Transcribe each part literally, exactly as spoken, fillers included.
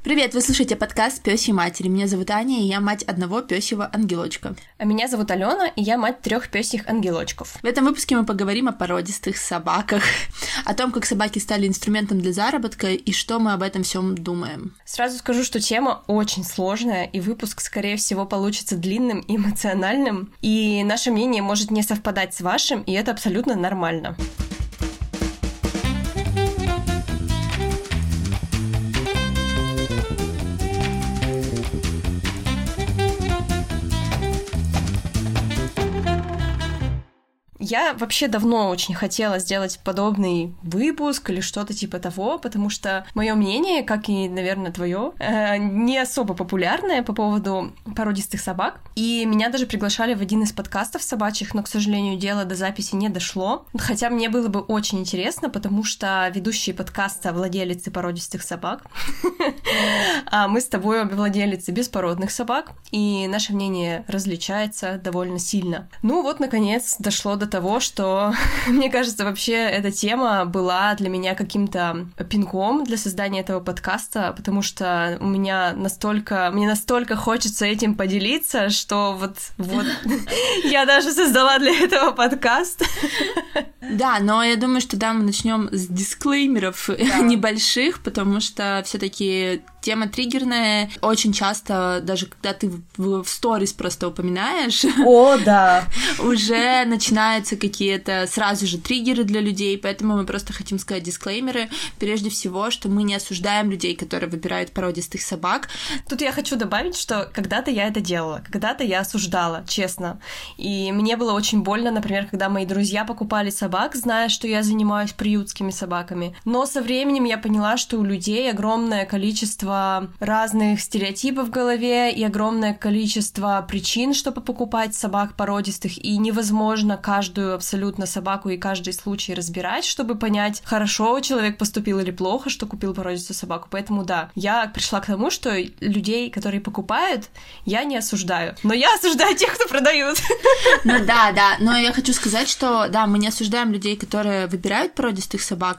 Привет, вы слушаете подкаст «Пёсьи матери». Меня зовут Аня, и я мать одного пёсьего ангелочка. А меня зовут Алена, и я мать трех пёсьих ангелочков. В этом выпуске мы поговорим о породистых собаках, о том, как собаки стали инструментом для заработка и что мы об этом всем думаем. Сразу скажу, что тема очень сложная, и выпуск, скорее всего, получится длинным и эмоциональным, и наше мнение может не совпадать с вашим, и это абсолютно нормально. Я вообще давно очень хотела сделать подобный выпуск или что-то типа того, потому что мое мнение, как и, наверное, твое, не особо популярное по поводу породистых собак. И меня даже приглашали в один из подкастов собачьих, но, к сожалению, дело до записи не дошло. Хотя мне было бы очень интересно, потому что ведущие подкаста владелицы породистых собак, а мы с тобой обе владелицы беспородных собак, и наше мнение различается довольно сильно. Ну вот, наконец, дошло до того, того, что, мне кажется, вообще эта тема была для меня каким-то пинком для создания этого подкаста, потому что у меня настолько, мне настолько хочется этим поделиться, что вот, вот я даже создала для этого подкаст. Да, но я думаю, что да, мы начнем с дисклеймеров да. небольших, потому что все-таки тема триггерная. Очень часто, даже когда ты в, в сторис просто упоминаешь, о, да, уже начинаются какие-то сразу же триггеры для людей, поэтому мы просто хотим сказать дисклеймеры. Прежде всего, что мы не осуждаем людей, которые выбирают породистых собак. Тут я хочу добавить, что когда-то я это делала, когда-то я осуждала, честно. И мне было очень больно, например, когда мои друзья покупали собак, зная, что я занимаюсь приютскими собаками. Но со временем я поняла, что у людей огромное количество разных стереотипов в голове и огромное количество причин, чтобы покупать собак породистых, и невозможно каждую абсолютно собаку и каждый случай разбирать, чтобы понять, хорошо человек поступил или плохо, что купил породистую собаку. Поэтому да, я пришла к тому, что людей, которые покупают, я не осуждаю, но я осуждаю тех, кто продают. Ну да, да, но я хочу сказать, что да, мы не осуждаем людей, которые выбирают породистых собак,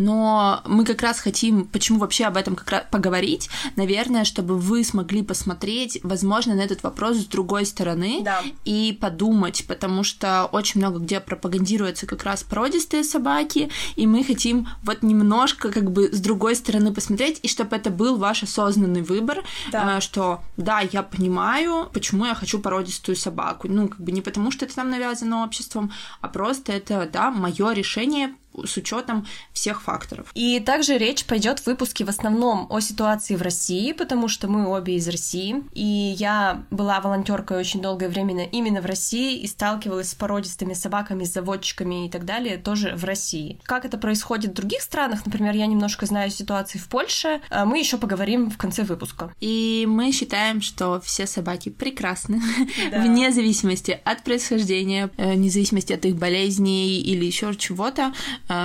но мы как раз хотим, почему вообще об этом как раз поговорить, наверное, чтобы вы смогли посмотреть, возможно, на этот вопрос с другой стороны да. и подумать, потому что очень много где пропагандируются как раз породистые собаки, и мы хотим вот немножко как бы с другой стороны посмотреть, и чтобы это был ваш осознанный выбор, да. что да, я понимаю, почему я хочу породистую собаку, ну как бы не потому, что это там навязано обществом, а просто это, да, мое решение с учетом всех факторов. И также речь пойдет в выпуске в основном о ситуации в России, потому что мы обе из России, и я была волонтеркой очень долгое время именно в России и сталкивалась с породистыми собаками, с заводчиками и так далее тоже в России. Как это происходит в других странах, например, я немножко знаю ситуации в Польше, мы еще поговорим в конце выпуска. И мы считаем, что все собаки прекрасны, да. вне зависимости от происхождения, вне зависимости от их болезней или еще чего-то.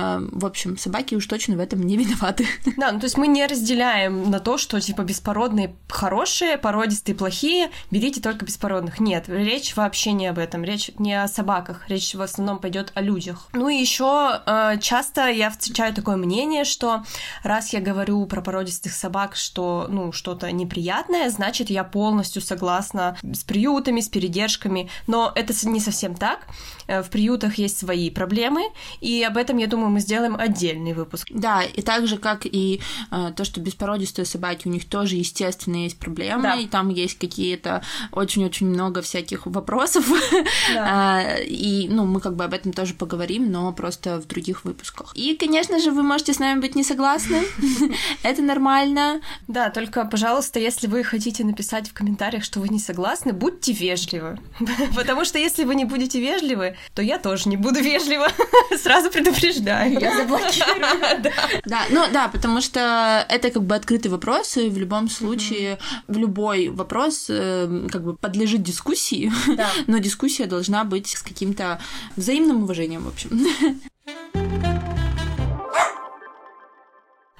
В общем, собаки уж точно в этом не виноваты. Да, ну то есть мы не разделяем на то, что типа беспородные хорошие, породистые плохие, берите только беспородных. Нет, речь вообще не об этом, речь не о собаках, речь в основном пойдет о людях. Ну и еще часто я встречаю такое мнение, что раз я говорю про породистых собак, что ну что-то неприятное, значит я полностью согласна с приютами, с передержками, но это не совсем так. В приютах есть свои проблемы, и об этом, я думаю, мы сделаем отдельный выпуск. Да, и так же, как и э, то, что беспородистые собаки, у них тоже, естественно, есть проблемы, да. и там есть какие-то очень-очень много всяких вопросов, да. э, и, ну, мы как бы об этом тоже поговорим, но просто в других выпусках. И, конечно же, вы можете с нами быть не согласны, это нормально. Да, только, пожалуйста, если вы хотите написать в комментариях, что вы не согласны, будьте вежливы, потому что если вы не будете вежливы, то я тоже не буду вежлива. Сразу предупреждаю. Я заблокирую. Да, ну да, потому что это как бы открытый вопрос, и в любом случае, в любой вопрос как бы подлежит дискуссии, но дискуссия должна быть с каким-то взаимным уважением, в общем.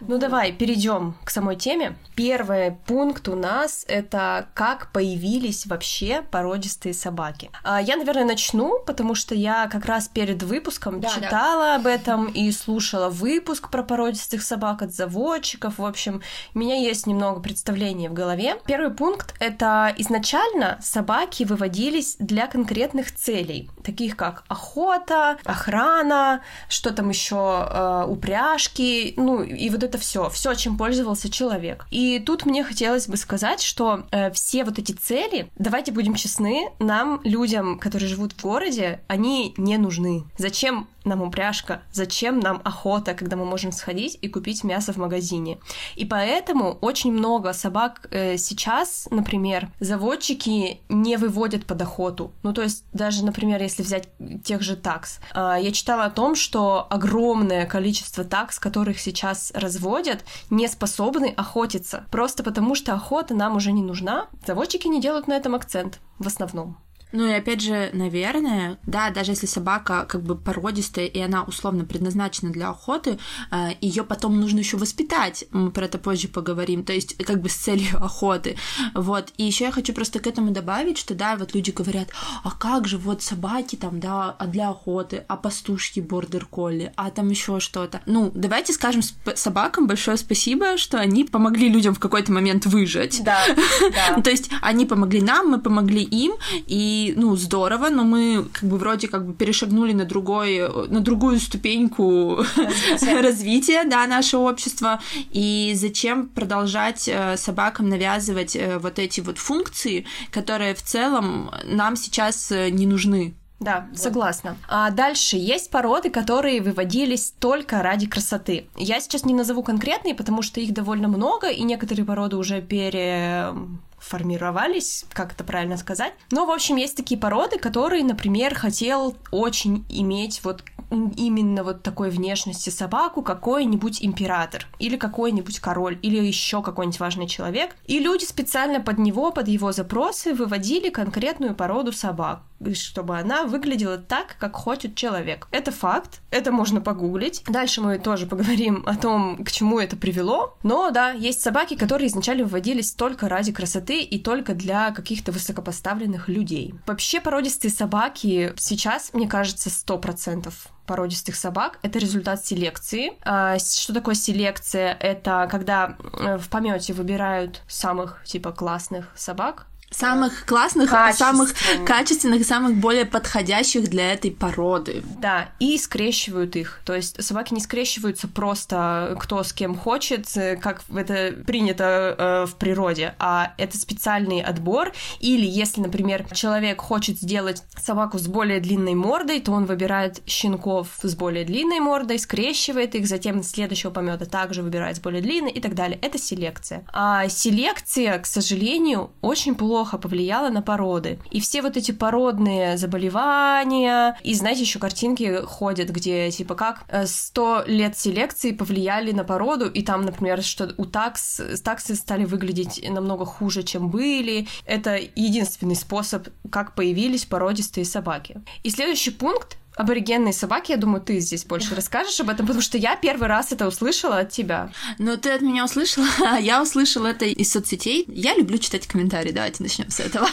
Ну давай, перейдем к самой теме. Первый пункт у нас — это как появились вообще породистые собаки. Я, наверное, начну, потому что я как раз перед выпуском да, читала да. об этом и слушала выпуск про породистых собак от заводчиков. В общем, у меня есть немного представления в голове. Первый пункт — это изначально собаки выводились для конкретных целей, таких как охота, охрана, что там еще, э, упряжки, ну и вот это все, все, чем пользовался человек. И тут мне хотелось бы сказать, что э, все вот эти цели, давайте будем честны, нам, людям, которые живут в городе, они не нужны. Зачем нам упряжка? Зачем нам охота, когда мы можем сходить и купить мясо в магазине? И поэтому очень много собак э, сейчас, например, заводчики не выводят под охоту. Ну, то есть даже, например, если взять тех же такс. Э, я читала о том, что огромное количество такс, которых сейчас разводят, не способны охотиться. Просто потому, что охота нам уже не нужна. Заводчики не делают на этом акцент в основном. Ну и опять же, наверное, да, даже если собака как бы породистая и она условно предназначена для охоты, ее потом нужно еще воспитать, мы про это позже поговорим, то есть как бы с целью охоты, вот. И еще я хочу просто к этому добавить, что да, вот люди говорят, а как же вот собаки там, да, а для охоты, а пастушки бордер-колли, а там еще что-то. Ну, давайте скажем собакам большое спасибо, что они помогли людям в какой-то момент выжить. Да, да. То есть они помогли нам, мы помогли им, и И, ну, здорово, но мы как бы вроде как бы перешагнули на, другой, на другую ступеньку развития. развития, да, нашего общества. И зачем продолжать собакам навязывать вот эти вот функции, которые в целом нам сейчас не нужны? Да, вот. Согласна. А дальше есть породы, которые выводились только ради красоты. Я сейчас не назову конкретные, потому что их довольно много, и некоторые породы уже пере... формировались, как это правильно сказать. Но, в общем, есть такие породы, которые, например, хотел очень иметь вот именно вот такой внешности собаку какой-нибудь император или какой-нибудь король или еще какой-нибудь важный человек. И люди специально под него, под его запросы выводили конкретную породу собак, чтобы она выглядела так, как хочет человек. Это факт, это можно погуглить. Дальше мы тоже поговорим о том, к чему это привело. Но да, есть собаки, которые изначально выводились только ради красоты и только для каких-то высокопоставленных людей. Вообще породистые собаки сейчас, мне кажется, сто процентов породистых собак — это результат селекции. Что такое селекция? Это когда в помете выбирают самых типа классных собак. Самых классных, самых качественных и самых более подходящих для этой породы. Да, и скрещивают их. То есть собаки не скрещиваются просто кто с кем хочет, как это принято э, в природе, а это специальный отбор. Или если, например, человек хочет сделать собаку с более длинной мордой, то он выбирает щенков с более длинной мордой, скрещивает их, затем следующего помета также выбирает с более длинной и так далее. Это селекция. А селекция, к сожалению, очень плохо повлияло на породы. И все вот эти породные заболевания, и, знаете, еще картинки ходят, где, типа, как сто лет селекции повлияли на породу, и там, например, что у такс, таксы стали выглядеть намного хуже, чем были. Это единственный способ, как появились породистые собаки. И следующий пункт — аборигенные собаки. Я думаю, ты здесь больше расскажешь об этом, потому что я первый раз это услышала от тебя. Ну, ты от меня услышала, а я услышала это из соцсетей. Я люблю читать комментарии, давайте начнем с этого.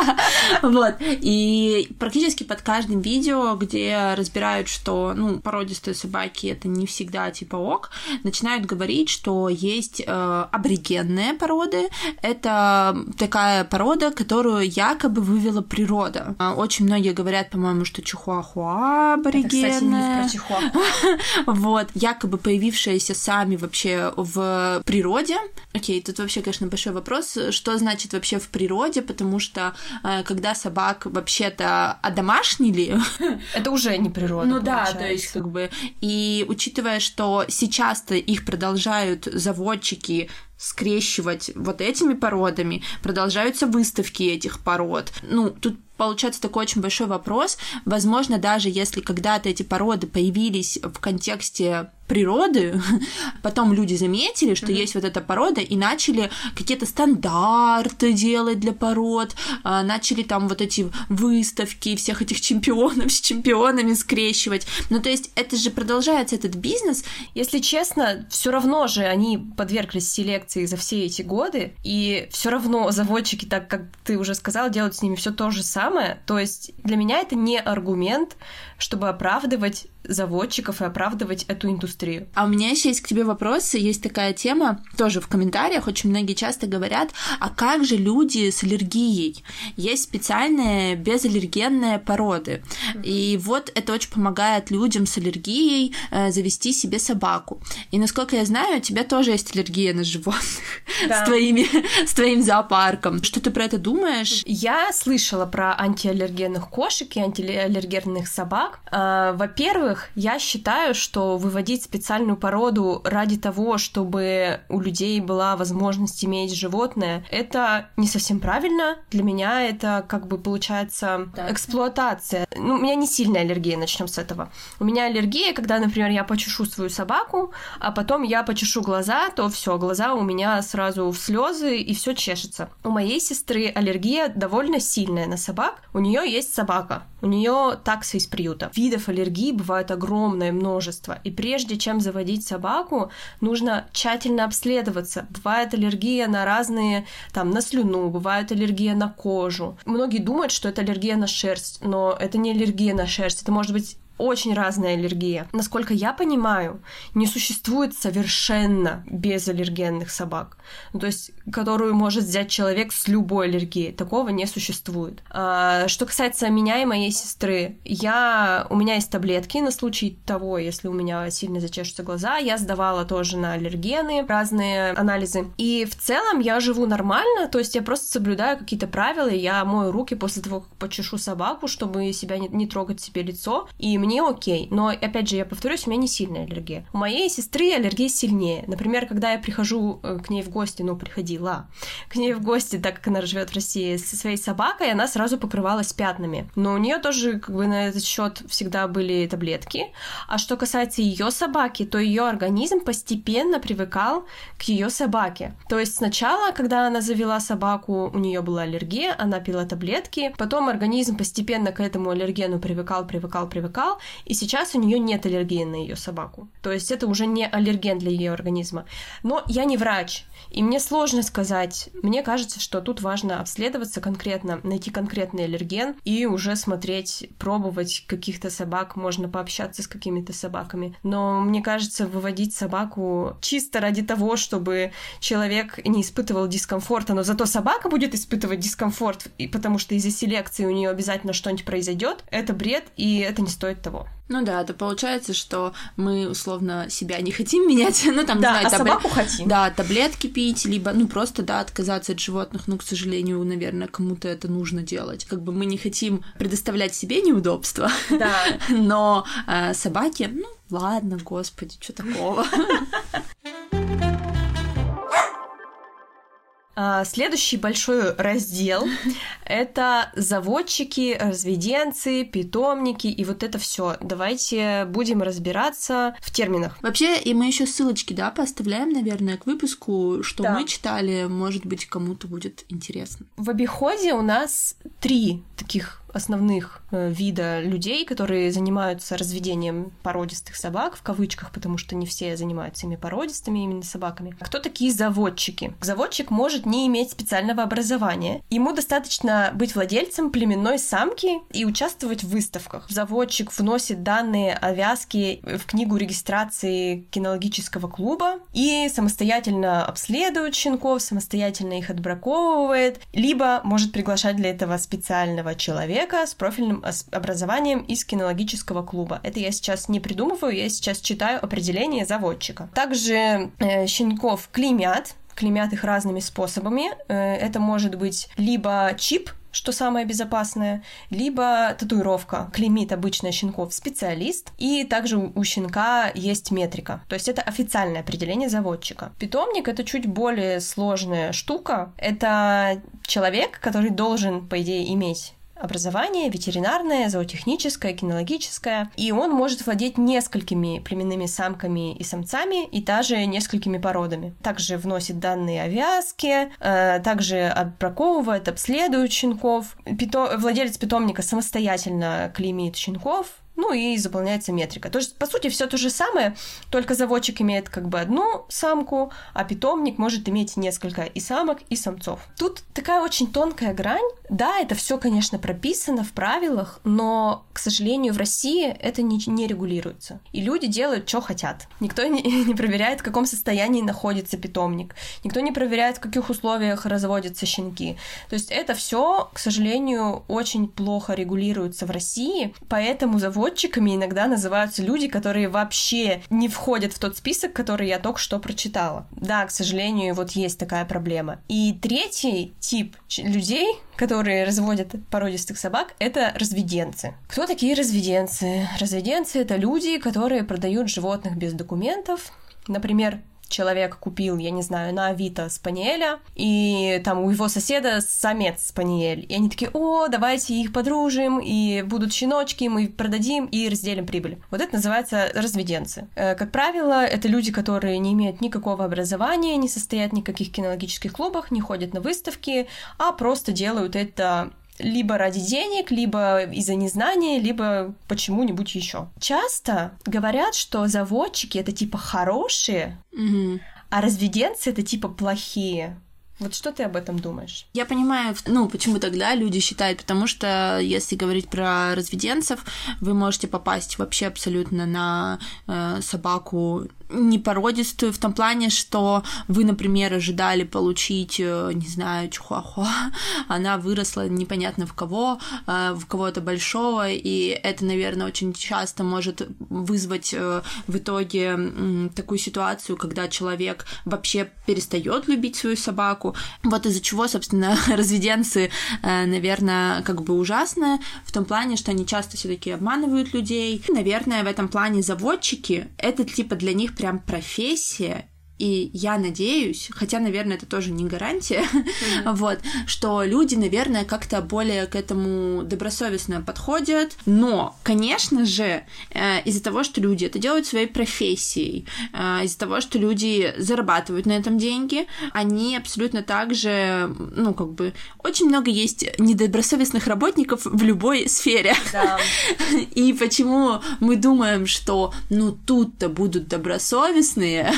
Вот. И практически под каждым видео, где разбирают, что, ну, породистые собаки — это не всегда типа ок, начинают говорить, что есть э, аборигенные породы. Это такая порода, которую якобы вывела природа. Очень многие говорят, по-моему, что чихуахуа аборигенная. Это, кстати, не про чихуахуа. Вот, якобы появившиеся сами вообще в природе. Окей, тут вообще, конечно, большой вопрос, что значит вообще в природе, потому что когда собак вообще-то одомашнили... Это уже не природа, Ну да, то есть как бы... И учитывая, что сейчас-то их продолжают заводчики скрещивать вот этими породами, продолжаются выставки этих пород. Ну, тут получается такой очень большой вопрос. Возможно, даже если когда-то эти породы появились в контексте природы, потом люди заметили, что mm-hmm. есть вот эта порода, и начали какие-то стандарты делать для пород, начали там вот эти выставки всех этих чемпионов с чемпионами скрещивать. Ну, то есть это же продолжается, этот бизнес. Если честно, все равно же они подверглись селекции за все эти годы, и все равно заводчики, так как ты уже сказала, делают с ними все то же самое. То есть для меня это не аргумент, чтобы оправдывать заводчиков и оправдывать эту индустрию. А у меня еще есть к тебе вопросы. Есть такая тема, тоже в комментариях очень многие часто говорят, а как же люди с аллергией? Есть специальные безаллергенные породы. Mm-hmm. И вот это очень помогает людям с аллергией э, завести себе собаку. И насколько я знаю, у тебя тоже есть аллергия на животных. Да. с, твоими, с твоим зоопарком. Что ты про это думаешь? Я слышала про антиаллергенных кошек и антиаллергенных собак. Э, во-первых, я считаю, что выводить специальную породу ради того, чтобы у людей была возможность иметь животное, это не совсем правильно. Для меня это как бы получается да. эксплуатация. Ну, у меня не сильная аллергия, начнем с этого. У меня аллергия, когда, например, я почешу свою собаку, а потом я почешу глаза, то все, глаза у меня сразу в слезы и все чешется. У моей сестры аллергия довольно сильная на собак. У нее есть собака. У нее такса из приюта. Видов аллергии бывает огромное множество. И прежде чем заводить собаку, нужно тщательно обследоваться. Бывает аллергия на разные, там, на слюну, бывает аллергия на кожу. Многие думают, что это аллергия на шерсть, но это не аллергия на шерсть. Это может быть очень разная аллергия. Насколько я понимаю, не существует совершенно безаллергенных собак, ну, то есть, которую может взять человек с любой аллергией. Такого не существует. А, что касается меня и моей сестры, я, у меня есть таблетки на случай того, если у меня сильно зачешутся глаза. Я сдавала тоже на аллергены, разные анализы. И в целом я живу нормально, то есть я просто соблюдаю какие-то правила, я мою руки после того, как почешу собаку, чтобы себя не, не трогать себе лицо, и мне мне окей, но, опять же, я повторюсь, у меня не сильная аллергия. У моей сестры аллергия сильнее. Например, когда я прихожу к ней в гости, ну, приходила к ней в гости, так как она живет в России, со своей собакой, она сразу покрывалась пятнами. Но у нее тоже, как бы, на этот счет всегда были таблетки. А что касается ее собаки, то ее организм постепенно привыкал к ее собаке. То есть сначала, когда она завела собаку, у нее была аллергия, она пила таблетки, потом организм постепенно к этому аллергену привыкал, привыкал, привыкал, и сейчас у нее нет аллергии на ее собаку. То есть это уже не аллерген для ее организма. Но я не врач, и мне сложно сказать. Мне кажется, что тут важно обследоваться конкретно, найти конкретный аллерген и уже смотреть, пробовать каких-то собак, можно пообщаться с какими-то собаками. Но мне кажется, выводить собаку чисто ради того, чтобы человек не испытывал дискомфорта, но зато собака будет испытывать дискомфорт, и потому что из-за селекции у нее обязательно что-нибудь произойдет, это бред, и это не стоит того. Ну да, то получается, что мы условно себя не хотим менять, ну там, да, не знаю, а таб... собаку хотим. Да, таблетки пить, либо, ну просто, да, отказаться от животных, ну, к сожалению, наверное, кому-то это нужно делать. Как бы мы не хотим предоставлять себе неудобства, да. но э, собаки, ну, ладно, господи, что такого? Следующий большой раздел — это заводчики, разведенцы, питомники и вот это все. Давайте будем разбираться в терминах. Вообще, и мы еще ссылочки, да, поставляем, наверное, к выпуску, что да. мы читали, может быть, кому-то будет интересно. В обиходе у нас три таких основных э, вида людей, которые занимаются разведением породистых собак, в кавычках, потому что не все занимаются ими породистыми, именно собаками. Кто такие заводчики? Заводчик может не иметь специального образования. Ему достаточно быть владельцем племенной самки и участвовать в выставках. Заводчик вносит данные о вязке в книгу регистрации кинологического клуба и самостоятельно обследует щенков, самостоятельно их отбраковывает, либо может приглашать для этого специального человека с профильным образованием из кинологического клуба. Это я сейчас не придумываю, я сейчас читаю определение заводчика. Также э, щенков клеймят, клеймят их разными способами. Э, это может быть либо чип, что самое безопасное, либо татуировка. Клеймит обычно щенков специалист, и также у щенка есть метрика. То есть это официальное определение заводчика. Питомник — это чуть более сложная штука. Это человек, который должен, по идее, иметь образование ветеринарное, зоотехническое, кинологическое, и он может владеть несколькими племенными самками и самцами, и даже несколькими породами. Также вносит данные о вязке, э, также отбраковывает, обследует щенков. Пито... Владелец питомника самостоятельно клеймит щенков, ну и заполняется метрика. То есть, по сути, все то же самое, только заводчик имеет как бы одну самку, а питомник может иметь несколько и самок, и самцов. Тут такая очень тонкая грань. Да, это все, конечно, прописано в правилах, но, к сожалению, в России это не, не регулируется. И люди делают, что хотят. Никто не, не проверяет, в каком состоянии находится питомник. Никто не проверяет, в каких условиях разводятся щенки. То есть это все, к сожалению, очень плохо регулируется в России, поэтому заводчик Заводчиками иногда называются люди, которые вообще не входят в тот список, который я только что прочитала. Да, к сожалению, вот есть такая проблема. И третий тип людей, которые разводят породистых собак, это разведенцы. Кто такие разведенцы? Разведенцы — это люди, которые продают животных без документов. Например, человек купил, я не знаю, на Авито спаниеля, и там у его соседа самец спаниель. И они такие: о, давайте их подружим, и будут щеночки, мы продадим и разделим прибыль. Вот это называется разведенцы. Как правило, это люди, которые не имеют никакого образования, не состоят в никаких кинологических клубах, не ходят на выставки, а просто делают это либо ради денег, либо из-за незнания, либо почему-нибудь еще. Часто говорят, что заводчики — это типа хорошие, mm-hmm. а разведенцы — это типа плохие. Вот что ты об этом думаешь? Я понимаю, ну, почему тогда люди считают, потому что, если говорить про разведенцев, вы можете попасть вообще абсолютно на э, собаку непородистую, в том плане, что вы, например, ожидали получить, не знаю, чихуахуа, она выросла непонятно в кого, в кого-то большого, и это, наверное, очень часто может вызвать в итоге такую ситуацию, когда человек вообще перестает любить свою собаку. Вот из-за чего, собственно, разведенцы, наверное, как бы ужасны, в том плане, что они часто все-таки обманывают людей. И, наверное, в этом плане заводчики — это типа для них прям профессия, и я надеюсь, хотя, наверное, это тоже не гарантия, mm-hmm. вот, что люди, наверное, как-то более к этому добросовестно подходят, но, конечно же, э, из-за того, что люди это делают своей профессией, э, из-за того, что люди зарабатывают на этом деньги, они абсолютно так же, ну, как бы, очень много есть недобросовестных работников в любой сфере. Да. И почему мы думаем, что, ну, тут-то будут добросовестные,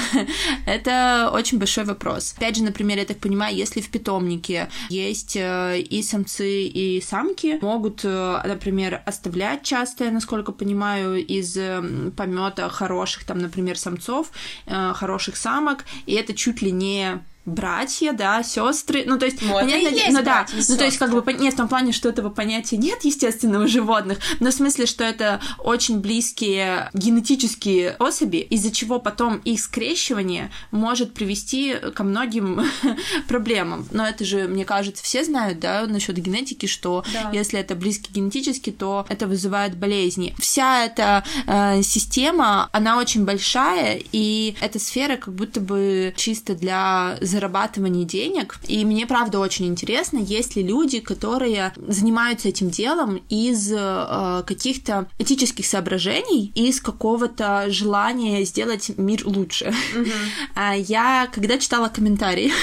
это очень большой вопрос. Опять же, например, я так понимаю, если в питомнике есть и самцы, и самки, могут, например, оставлять часто, насколько понимаю, из помета хороших, там, например, самцов, хороших самок, и это чуть ли не братья, да, сестры, ну то есть, ну, понятно, это и есть ну да, братья, ну то есть как бы нет в том плане, что этого понятия нет, естественно, у животных, но в смысле, что это очень близкие генетические особи, из-за чего потом их скрещивание может привести ко многим проблемам. Но это же, мне кажется, все знают, да, насчет генетики, что да. если это близко генетически, то это вызывает болезни. Вся эта э, система, она очень большая, и эта сфера как будто бы чисто для зарабатывания денег. И мне, правда, очень интересно, есть ли люди, которые занимаются этим делом из э, каких-то этических соображений, из какого-то желания сделать мир лучше. Mm-hmm. Я, когда читала комментарии,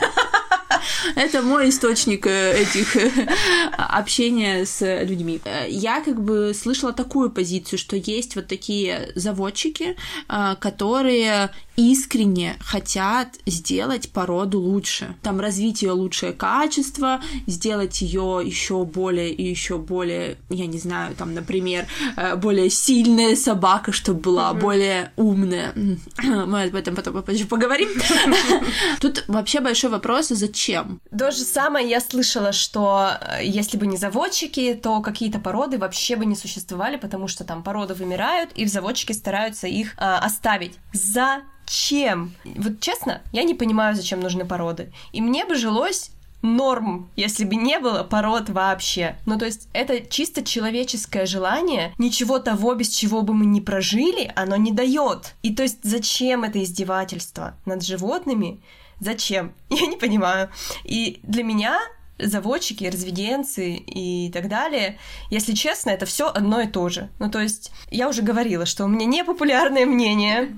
это мой источник этих общения с людьми. Я как бы слышала такую позицию, что есть вот такие заводчики, которые искренне хотят сделать породу лучше. Там развить ее лучшее качество, сделать ее еще более и еще более, я не знаю, там, например, более сильная собака, чтобы была mm-hmm. более умная. Мы об этом потом попозже поговорим. Тут вообще большой вопрос, зачем? То же самое я слышала, что если бы не заводчики, то какие-то породы вообще бы не существовали, потому что там породы вымирают, и заводчики стараются их а, оставить. Зачем? Вот честно, я не понимаю, зачем нужны породы. И мне бы жилось норм, если бы не было пород вообще. Ну, то есть это чисто человеческое желание, ничего того, без чего бы мы не прожили, оно не дает. И то есть зачем это издевательство над животными? Зачем? Я не понимаю. И для меня заводчики, разведенцы и так далее, если честно, это все одно и то же. Ну, то есть, я уже говорила, что у меня непопулярное мнение,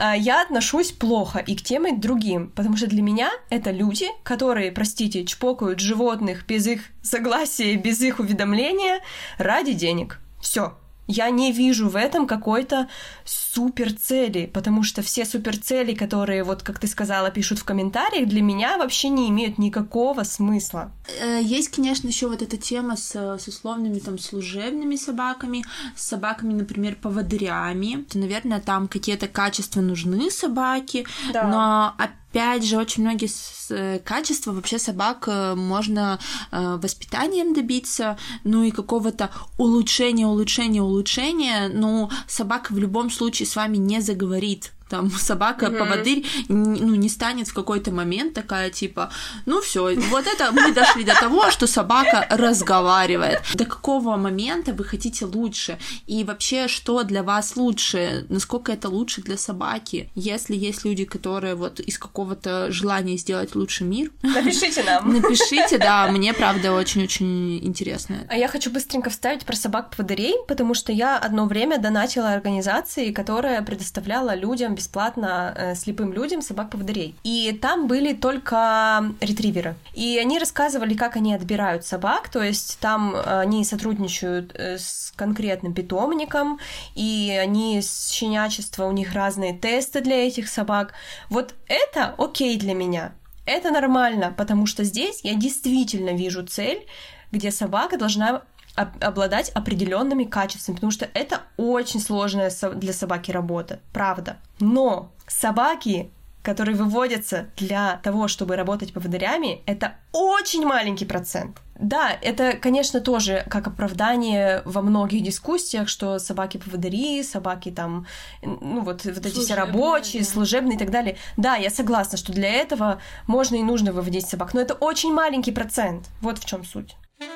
я отношусь плохо и к тем, и к другим, потому что для меня это люди, которые, простите, чпокают животных без их согласия, без их уведомления ради денег. Все. Я не вижу в этом какой-то суперцели, потому что все суперцели, которые, вот как ты сказала, пишут в комментариях, для меня вообще не имеют никакого смысла. Есть, конечно, еще вот эта тема с, с условными там служебными собаками, с собаками, например, поводырями. То, наверное, там какие-то качества нужны собаке, да. Но опять же, очень многие качества вообще собак можно воспитанием добиться, ну и какого-то улучшения, улучшения, улучшения, ну, собака в любом случае с вами не заговорит. Там собака-поводырь mm-hmm. ну, не станет в какой-то момент такая, типа, ну все, вот это мы дошли до того, что собака разговаривает. До какого момента вы хотите лучше? И вообще, что для вас лучше? Насколько это лучше для собаки? Если есть люди, которые вот из какого-то желания сделать лучше мир... Напишите нам. Напишите, да, мне, правда, очень-очень интересно. А я хочу быстренько вставить про собак-поводырей, потому что я одно время донатила организации, которая предоставляла людям бесплатно э, слепым людям собак-поводырей. И там были только ретриверы. И они рассказывали, как они отбирают собак, то есть там они сотрудничают э, с конкретным питомником, и они с щенячества, у них разные тесты для этих собак. Вот это окей для меня. Это нормально, потому что здесь я действительно вижу цель, где собака должна обладать определенными качествами, потому что это очень сложная для собаки работа, правда. Но собаки, которые выводятся для того, чтобы работать поводырями, это очень маленький процент. Да, это, конечно, тоже как оправдание во многих дискуссиях, что собаки-поводыри, собаки там, ну вот, вот эти все рабочие, да. служебные и так далее. Да, я согласна, что для этого можно и нужно выводить собак, но это очень маленький процент. Вот в чем суть.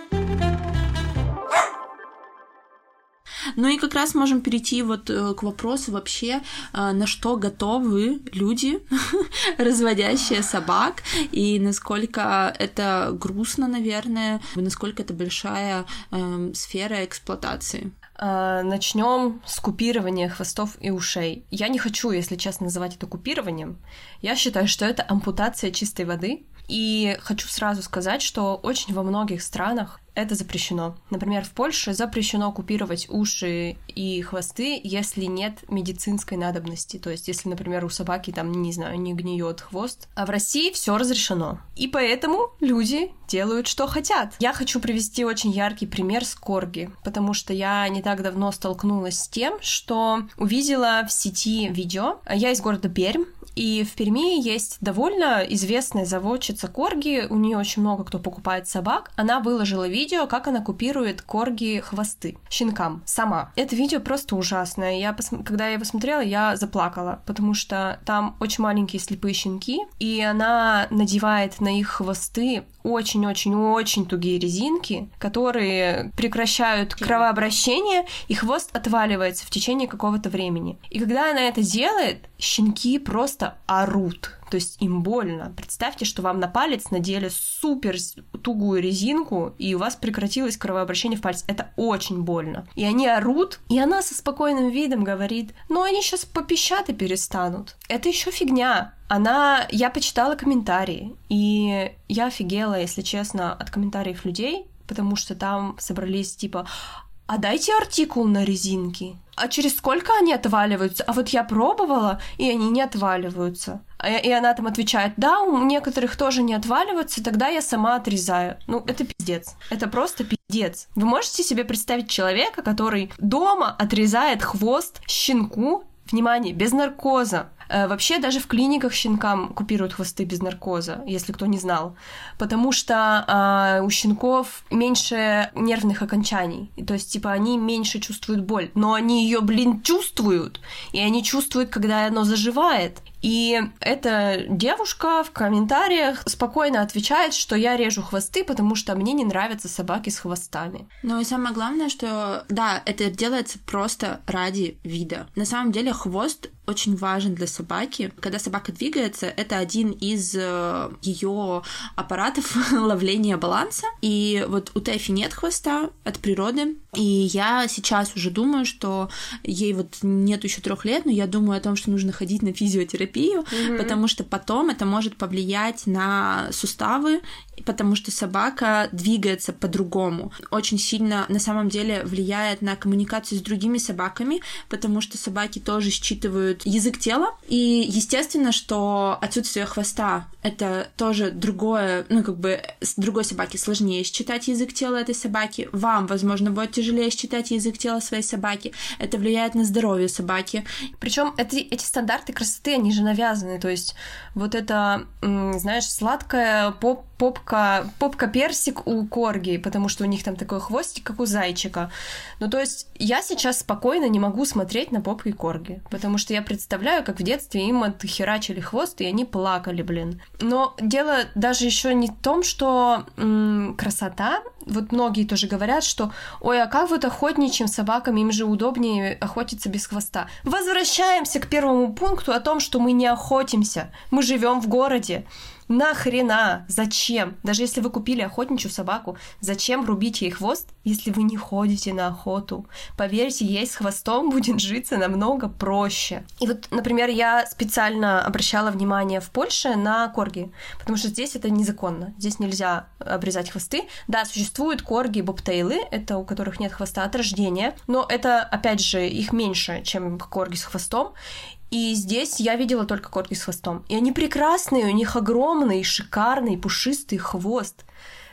Ну и как раз можем перейти вот к вопросу вообще, на что готовы люди, разводящие собак, и насколько это грустно, наверное, и насколько это большая э, сфера эксплуатации. Начнем с купирования хвостов и ушей. Я не хочу, если честно, называть это купированием. Я считаю, что это ампутация чистой воды. И хочу сразу сказать, что очень во многих странах это запрещено. Например, в Польше запрещено купировать уши и хвосты, если нет медицинской надобности. То есть, если, например, у собаки там, не знаю, не гниет хвост. А в России все разрешено. И поэтому люди делают, что хотят. Я хочу привести очень яркий пример с корги, потому что я не так давно столкнулась с тем, что увидела в сети видео. Я из города Пермь, и в Перми есть довольно известная заводчица корги, у нее очень много кто покупает собак. Она выложила видео, как она купирует корги хвосты щенкам сама. Это видео просто ужасное. Я пос... Когда я его смотрела, я заплакала, потому что там очень маленькие слепые щенки, и она надевает на их хвосты очень-очень-очень тугие резинки, которые прекращают кровообращение, и хвост отваливается в течение какого-то времени. И когда она это делает, щенки просто орут. То есть им больно. Представьте, что вам на палец надели супер тугую резинку, и у вас прекратилось кровообращение в пальце. Это очень больно. И они орут, и она со спокойным видом говорит: ну, они сейчас попищат и перестанут. Это еще фигня. Она... Я почитала комментарии, и я офигела, если честно, от комментариев людей, потому что там собрались типа: а дайте артикул на резинки. А через сколько они отваливаются? А вот я пробовала, и они не отваливаются. И она там отвечает: да, у некоторых тоже не отваливаются, тогда я сама отрезаю. Ну, это пиздец. Это просто пиздец. Вы можете себе представить человека, который дома отрезает хвост щенку, внимание, без наркоза? Вообще даже в клиниках щенкам купируют хвосты без наркоза, если кто не знал, потому что а, у щенков меньше нервных окончаний, то есть типа они меньше чувствуют боль, но они ее, блин, чувствуют, и они чувствуют, когда оно заживает. И эта девушка в комментариях спокойно отвечает, что я режу хвосты, потому что мне не нравятся собаки с хвостами. Ну и самое главное, что да, это делается просто ради вида. На самом деле хвост очень важен для собаки. Когда собака двигается, это один из ее аппаратов ловления баланса. И вот у Тэфи нет хвоста от природы. И я сейчас уже думаю, что ей вот нет еще трех лет, но я думаю о том, что нужно ходить на физиотерапию, mm-hmm. потому что потом это может повлиять на суставы, потому что собака двигается по-другому. Очень сильно на самом деле влияет на коммуникацию с другими собаками, потому что собаки тоже считывают язык тела. И естественно, что отсутствие хвоста — это тоже другое, ну как бы с другой собаки сложнее считать язык тела этой собаки. Вам, возможно, будет тяжелее считать язык тела своей собаки. Это влияет на здоровье собаки. Причем эти, эти стандарты красоты, они же навязаны. То есть вот это, знаешь, сладкая поп попка, попка-персик у корги, потому что у них там такой хвостик, как у зайчика. Ну, то есть я сейчас спокойно не могу смотреть на попки корги, потому что я представляю, как в детстве им отхерачили хвост, и они плакали, блин. Но дело даже еще не в том, что м- красота. Вот многие тоже говорят, что ой, а как вот охотничьим собакам, им же удобнее охотиться без хвоста. Возвращаемся к первому пункту о том, что мы не охотимся, мы живем в городе. Нахрена? Зачем? Даже если вы купили охотничью собаку, зачем рубить ей хвост, если вы не ходите на охоту? Поверьте, ей с хвостом будет житься намного проще. И вот, например, я специально обращала внимание в Польше на корги, потому что здесь это незаконно. Здесь нельзя обрезать хвосты. Да, существуют корги бобтейлы, это у которых нет хвоста от рождения, но это, опять же, их меньше, чем корги с хвостом. И здесь я видела только корги с хвостом. И они прекрасные, у них огромный, шикарный, пушистый хвост.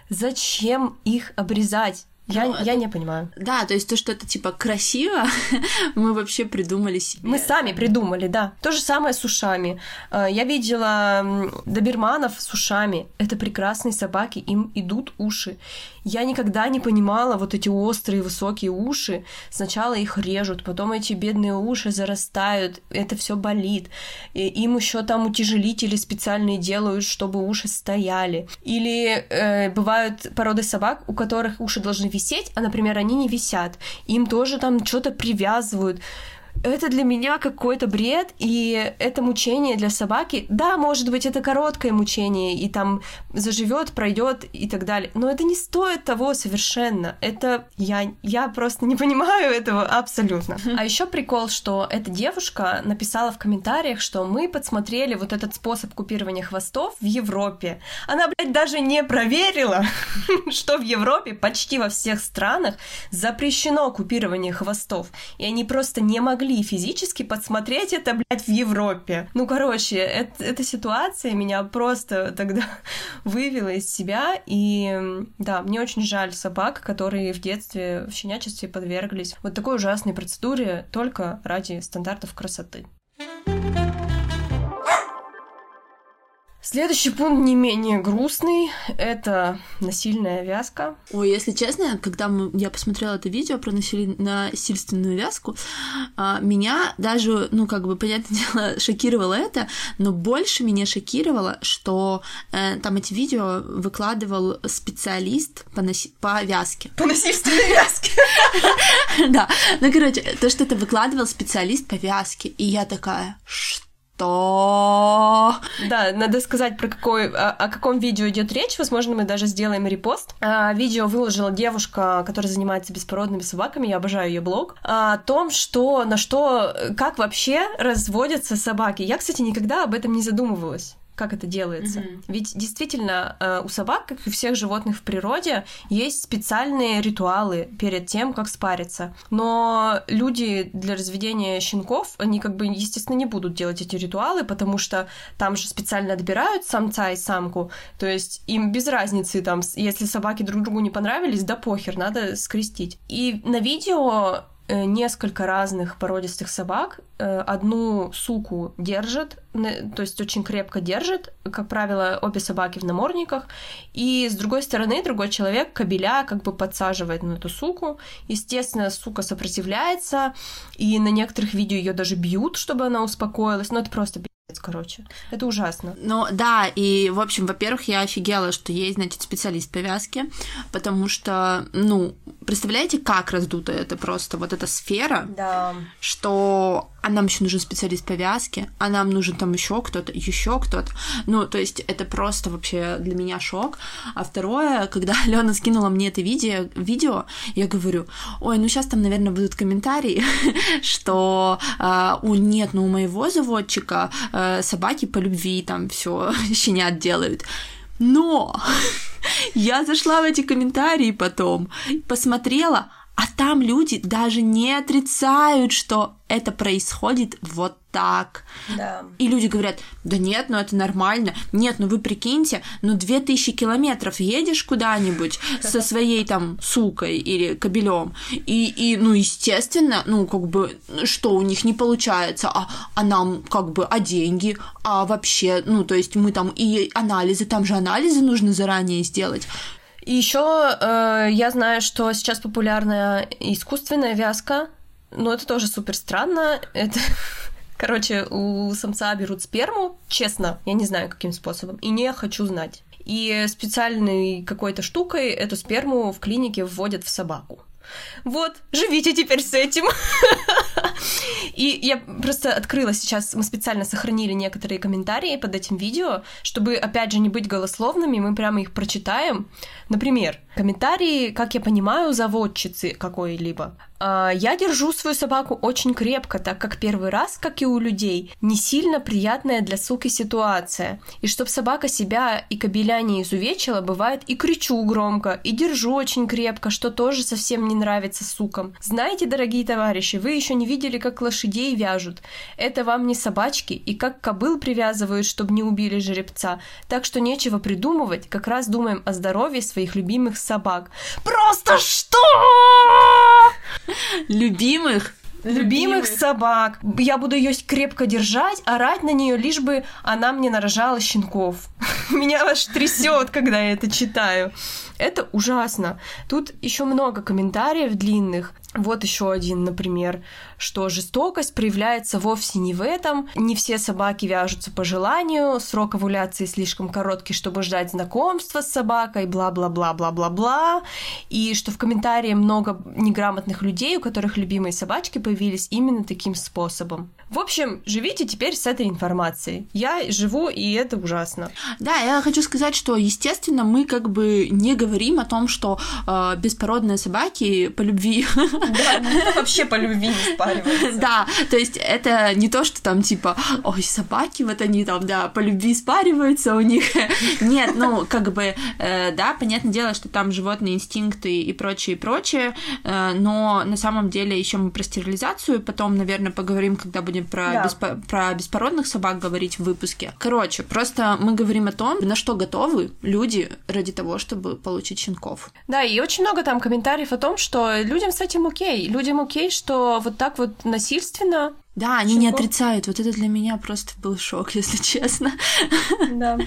Зачем их обрезать? Я, ну, я это... не понимаю. Да, то есть то, что это типа красиво, мы вообще придумали себе. Мы сами придумали, да. То же самое с ушами. Я видела доберманов с ушами. Это прекрасные собаки, им идут уши. Я никогда не понимала вот эти острые высокие уши. Сначала их режут, потом эти бедные уши зарастают, это все болит. И им еще там утяжелители специальные делают, чтобы уши стояли. Или э, бывают породы собак, у которых уши должны висеть, а, например, они не висят. Им тоже там что-то привязывают. Это для меня какой-то бред, и это мучение для собаки. Да, может быть, это короткое мучение, и там заживет, пройдет и так далее. Но это не стоит того совершенно. Это я, я просто не понимаю этого абсолютно. А еще прикол, что эта девушка написала в комментариях, что мы подсмотрели вот этот способ купирования хвостов в Европе. Она, блядь, даже не проверила, что в Европе почти во всех странах запрещено купирование хвостов. И они просто не могли физически подсмотреть это, блядь, в Европе. Ну, короче, это, эта ситуация меня просто тогда вывела из себя, и да, мне очень жаль собак, которые в детстве, в щенячестве подверглись вот такой ужасной процедуре только ради стандартов красоты. Следующий пункт не менее грустный — это насильная вязка. Ой, если честно, когда мы, я посмотрела это видео про насили... насильственную вязку, меня даже, ну, как бы, понятное дело, шокировало это, но больше меня шокировало, что э, там эти видео выкладывал специалист по, наси... по вязке. По насильственной вязке? Да, ну, короче, то, что это выкладывал специалист по вязке, и я такая, что? Что? Да, надо сказать, про какой, о, о каком видео идет речь. Возможно, мы даже сделаем репост. А, видео выложила девушка, которая занимается беспородными собаками. Я обожаю ее блог. А, о том, что на что, как вообще разводятся собаки. Я, кстати, никогда об этом не задумывалась. Как это делается. Mm-hmm. Ведь действительно у собак, как и у всех животных в природе, есть специальные ритуалы перед тем, как спариться. Но люди для разведения щенков, они как бы, естественно, не будут делать эти ритуалы, потому что там же специально отбирают самца и самку, то есть им без разницы, там, если собаки друг другу не понравились, да похер, надо скрестить. И на видео несколько разных породистых собак. Одну суку держит, то есть очень крепко держит, как правило, обе собаки в намордниках, и с другой стороны другой человек кобеля как бы подсаживает на эту суку. Естественно, сука сопротивляется, и на некоторых видео ее даже бьют, чтобы она успокоилась, но это просто короче. Это ужасно. Ну, да, и, в общем, во-первых, я офигела, что есть, значит, специалист по вязке, потому что, ну, представляете, как раздута это просто, вот эта сфера, да. что а нам еще нужен специалист по вязке, а нам нужен там еще кто-то, еще кто-то. Ну, то есть это просто вообще для меня шок. А второе, когда Алена скинула мне это видео, видео, я говорю, ой, ну сейчас там, наверное, будут комментарии, что э, у нет, ну у моего заводчика э, собаки по любви там все щенят делают. Но я зашла в эти комментарии потом, посмотрела, а там люди даже не отрицают, что это происходит вот так. Да. И люди говорят, да нет, ну это нормально. Нет, ну вы прикиньте, ну две тысячи километров едешь куда-нибудь со своей там сукой или кобелем, и, и, ну, естественно, ну, как бы, что у них не получается, а, а нам, как бы, а деньги, а вообще, ну, то есть мы там и анализы, там же анализы нужно заранее сделать. И еще э, я знаю, что сейчас популярна искусственная вязка, но это тоже супер странно. Это, короче, у самца берут сперму, честно, я не знаю, каким способом, и не хочу знать. И специальной какой-то штукой эту сперму в клинике вводят в собаку. Вот, живите теперь с этим. И я просто открыла сейчас, мы специально сохранили некоторые комментарии под этим видео, чтобы, опять же, не быть голословными, мы прямо их прочитаем. Например, комментарии, как я понимаю, заводчицы какой-либо. Я держу свою собаку очень крепко, так как первый раз, как и у людей, не сильно приятная для суки ситуация. И чтоб собака себя и кобеля не изувечила, бывает и кричу громко, и держу очень крепко, что тоже совсем не нравится сукам. Знаете, дорогие товарищи, вы еще не видели, как лошадей вяжут. Это вам не собачки, и как кобыл привязывают, чтобы не убили жеребца. Так что нечего придумывать, как раз думаем о здоровье своих любимых собак. Просто что? Любимых? Любимых, любимых собак. Я буду ее крепко держать, орать на нее, лишь бы она мне нарожала щенков. Меня аж трясет, когда я это читаю. Это ужасно. Тут еще много комментариев длинных. Вот еще один, например, что жестокость проявляется вовсе не в этом. Не все собаки вяжутся по желанию, срок овуляции слишком короткий, чтобы ждать знакомства с собакой, бла-бла-бла-бла-бла-бла. И что в комментарии много неграмотных людей, у которых любимые собачки появились именно таким способом. В общем, живите теперь с этой информацией. Я живу, и это ужасно. Да, я хочу сказать, что, естественно, мы как бы не говорим о том, что э, беспородные собаки по любви... Да, вообще по любви не спариваются. Да, то есть это не то, что там типа, ой, собаки, вот они там, да, по любви спариваются у них. Нет, ну, как бы, э, да, понятное дело, что там животные инстинкты и прочее, и прочее, э, но на самом деле еще мы про стерилизацию потом, наверное, поговорим, когда будем про, да. беспо- про беспородных собак говорить в выпуске. Короче, просто мы говорим о том, на что готовы люди ради того, чтобы получить щенков. Да, и очень много там комментариев о том, что людям с этим окей. Людям окей, что вот так вот насильственно... Да, они щенков... не отрицают. Вот это для меня просто был шок, если честно. Да.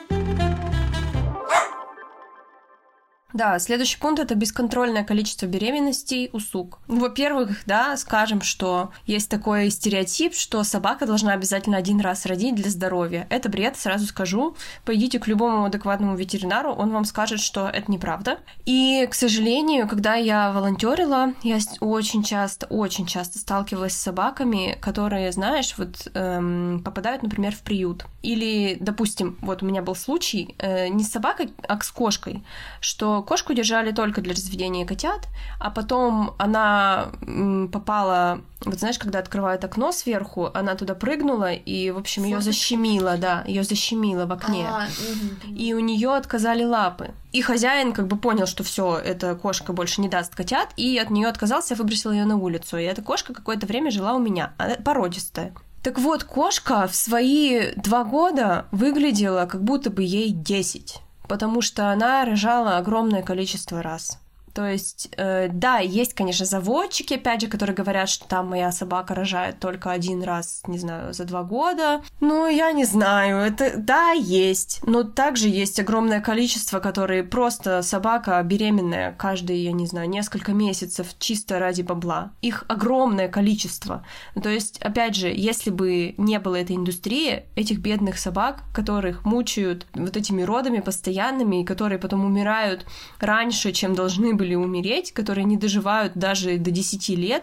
Да, следующий пункт — это бесконтрольное количество беременностей у сук. Во-первых, да, скажем, что есть такой стереотип, что собака должна обязательно один раз родить для здоровья. Это бред, сразу скажу. Пойдите к любому адекватному ветеринару, он вам скажет, что это неправда. И, к сожалению, когда я волонтерила, я очень часто, очень часто сталкивалась с собаками, которые, знаешь, вот эм, попадают, например, в приют. Или, допустим, вот у меня был случай э, не с собакой, а с кошкой, что кошку держали только для разведения котят, а потом она попала, вот знаешь, когда открывают окно сверху, она туда прыгнула, и, в общем, ее защемило, да, ее защемило в окне. А, угу. И у нее отказали лапы. И хозяин как бы понял, что все, эта кошка больше не даст котят, и от нее отказался, выбросил ее на улицу. И эта кошка какое-то время жила у меня, она породистая. Так вот, кошка в свои два года выглядела, как будто бы ей десять. Потому что она рожала огромное количество раз. То есть, э, да, есть, конечно, заводчики, опять же, которые говорят, что там моя собака рожает только один раз, не знаю, за два года. Ну, я не знаю, это, да, есть. Но также есть огромное количество, которые просто собака беременная каждые, я не знаю, несколько месяцев чисто ради бабла. Их огромное количество. То есть, опять же, если бы не было этой индустрии, этих бедных собак, которых мучают вот этими родами постоянными, и которые потом умирают раньше, чем должны были умереть, которые не доживают даже до десяти лет,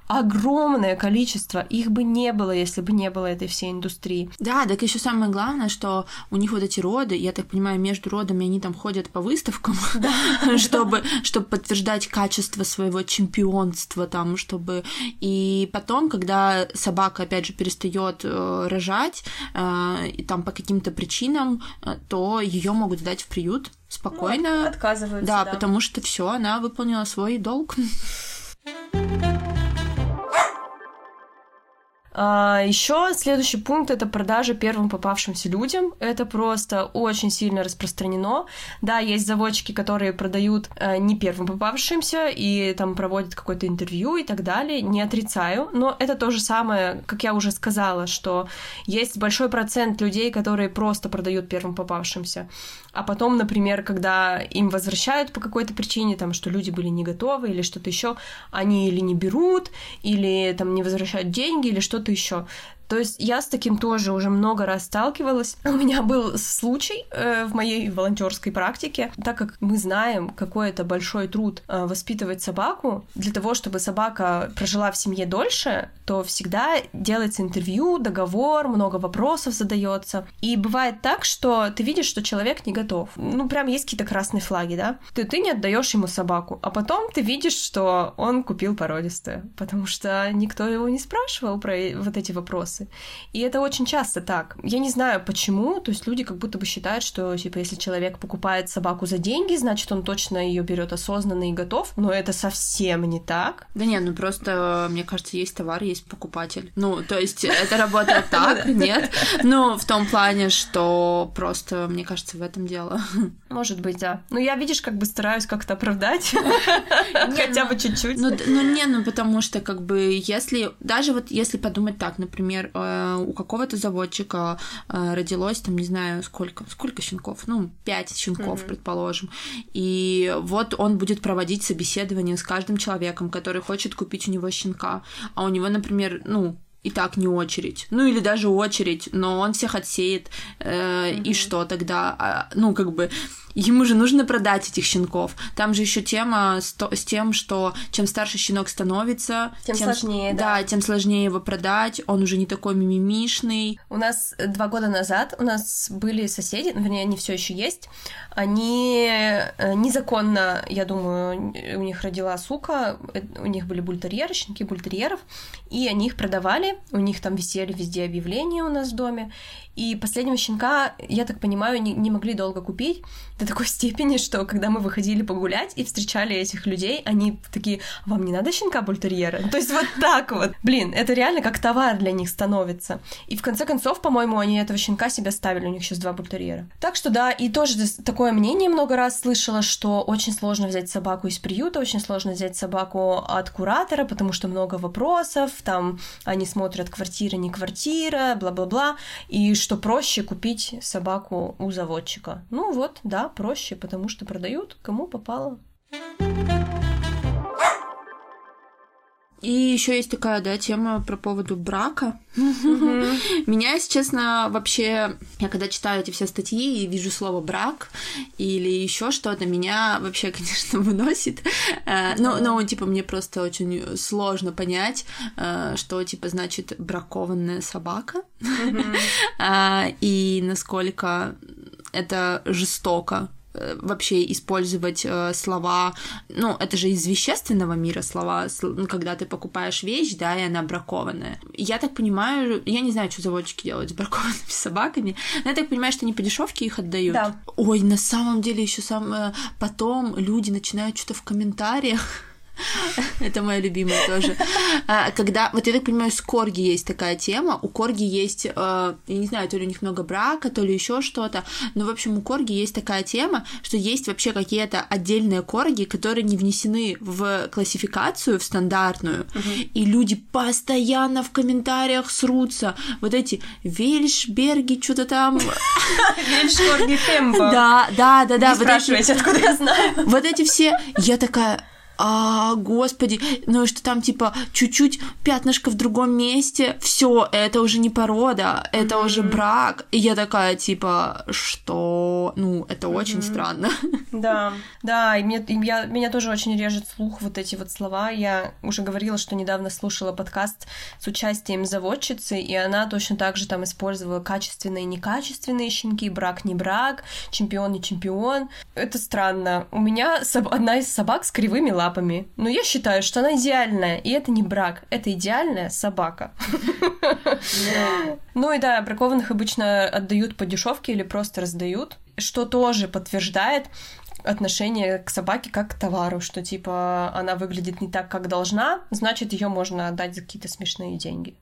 огромное количество. Их бы не было, если бы не было этой всей индустрии. Да, так еще самое главное, что у них вот эти роды, я так понимаю, между родами они там ходят по выставкам, чтобы, чтобы подтверждать качество своего чемпионства там, чтобы... И потом, когда собака, опять же, перестает рожать, и там по каким-то причинам, то ее могут сдать в приют спокойно. Ну, отказываются, да, да. потому что все, она выполнила свой долг. А, еще следующий пункт — это продажа первым попавшимся людям. Это просто очень сильно распространено. Да, есть заводчики, которые продают э, не первым попавшимся и там проводят какое-то интервью и так далее. Не отрицаю, но это то же самое, как я уже сказала, что есть большой процент людей, которые просто продают первым попавшимся. А потом, например, когда им возвращают по какой-то причине, там, что люди были не готовы или что-то еще, они или не берут, или там не возвращают деньги, или что-то еще. То есть я с таким тоже уже много раз сталкивалась. У меня был случай э, в моей волонтерской практике, так как мы знаем, какой это большой труд э, воспитывать собаку. Для того, чтобы собака прожила в семье дольше, то всегда делается интервью, договор, много вопросов задается. И бывает так, что ты видишь, что человек не готов. Ну, прям есть какие-то красные флаги, да? Ты, ты не отдаешь ему собаку, а потом ты видишь, что он купил породистую, потому что никто его не спрашивал про вот эти вопросы. И это очень часто так. Я не знаю, почему. То есть люди как будто бы считают, что, типа, если человек покупает собаку за деньги, значит, он точно ее берет осознанно и готов. Но это совсем не так. Да нет, ну просто, мне кажется, есть товар, есть покупатель. Ну, то есть это работает так, нет? Ну, в том плане, что просто, мне кажется, в этом дело. Может быть, да. Но я, видишь, как бы стараюсь как-то оправдать. Хотя бы чуть-чуть. Ну, не, ну, потому что, как бы, если... Даже вот если подумать так, например, у какого-то заводчика родилось, там, не знаю, сколько, сколько щенков, ну, пять щенков, mm-hmm. предположим, и вот он будет проводить собеседование с каждым человеком, который хочет купить у него щенка, а у него, например, ну, и так не очередь, ну, или даже очередь, но он всех отсеет, э, mm-hmm. и что тогда, а, ну, как бы... Ему же нужно продать этих щенков. Там же еще тема с, то, с тем, что чем старше щенок становится, тем, тем сложнее, да. да, тем сложнее его продать. Он уже не такой мимимишный. У нас два года назад у нас были соседи, вернее, они все еще есть. Они незаконно, я думаю, у них родила сука, у них были бультерьеры, щенки бультерьеров, и они их продавали. У них там висели везде объявления у нас в доме. И последнего щенка, я так понимаю, не, не могли долго купить до такой степени, что когда мы выходили погулять и встречали этих людей, они такие: вам не надо щенка бультерьера? То есть вот так вот. Блин, это реально как товар для них становится. И в конце концов, по-моему, они этого щенка себе ставили, у них сейчас два бультерьера. Так что да, и тоже такое мнение много раз слышала, что очень сложно взять собаку из приюта, очень сложно взять собаку от куратора, потому что много вопросов, там они смотрят квартира, не квартира, бла-бла-бла, и что проще купить собаку у заводчика. Ну вот, да, проще, потому что продают кому попало. И еще есть такая, да, тема про поводу брака. Mm-hmm. Меня, если честно, вообще, я когда читаю эти все статьи и вижу слово брак или еще что-то, меня вообще, конечно, выносит. Mm-hmm. Ну, ну, типа, мне просто очень сложно понять, что, типа, значит бракованная собака. Mm-hmm. И насколько это жестоко вообще использовать э, слова, ну, это же из вещественного мира слова, ну, когда ты покупаешь вещь, да, и она бракованная. Я так понимаю, я не знаю, что заводчики делают с бракованными собаками, но я так понимаю, что они по дешевке их отдают. Да. Ой, на самом деле еще сам э, потом люди начинают что-то в комментариях. Это моя любимая тоже. Когда, вот я так понимаю, с корги есть такая тема. У корги есть, я не знаю, то ли у них много брака, то ли еще что-то. Но, в общем, у корги есть такая тема, что есть вообще какие-то отдельные корги, которые не внесены в классификацию, в стандартную. Uh-huh. И люди постоянно в комментариях срутся. Вот эти вельшберги, что-то там. Вельшкорги темпо. Да, да, да, да. Не спрашивайте, откуда я знаю. Вот эти все. Я такая... а, господи, ну и что там, типа, чуть-чуть пятнышко в другом месте, все, это уже не порода, это mm-hmm. уже брак. И я такая, типа, что? Ну, это mm-hmm. очень странно. Да, да, и, мне, и я, меня тоже очень режет слух вот эти вот слова. Я уже говорила, что недавно слушала подкаст с участием заводчицы, и она точно так же там использовала качественные и некачественные щенки, брак не брак, чемпион не чемпион. Это странно. У меня соб... одна из собак с кривыми лапами, но я считаю, что она идеальная, и это не брак, это идеальная собака. Ну и да, бракованных обычно отдают по дешевке или просто раздают, что тоже подтверждает отношение к собаке как к товару, что типа она выглядит не так, как должна, значит, ее можно отдать за какие-то смешные деньги.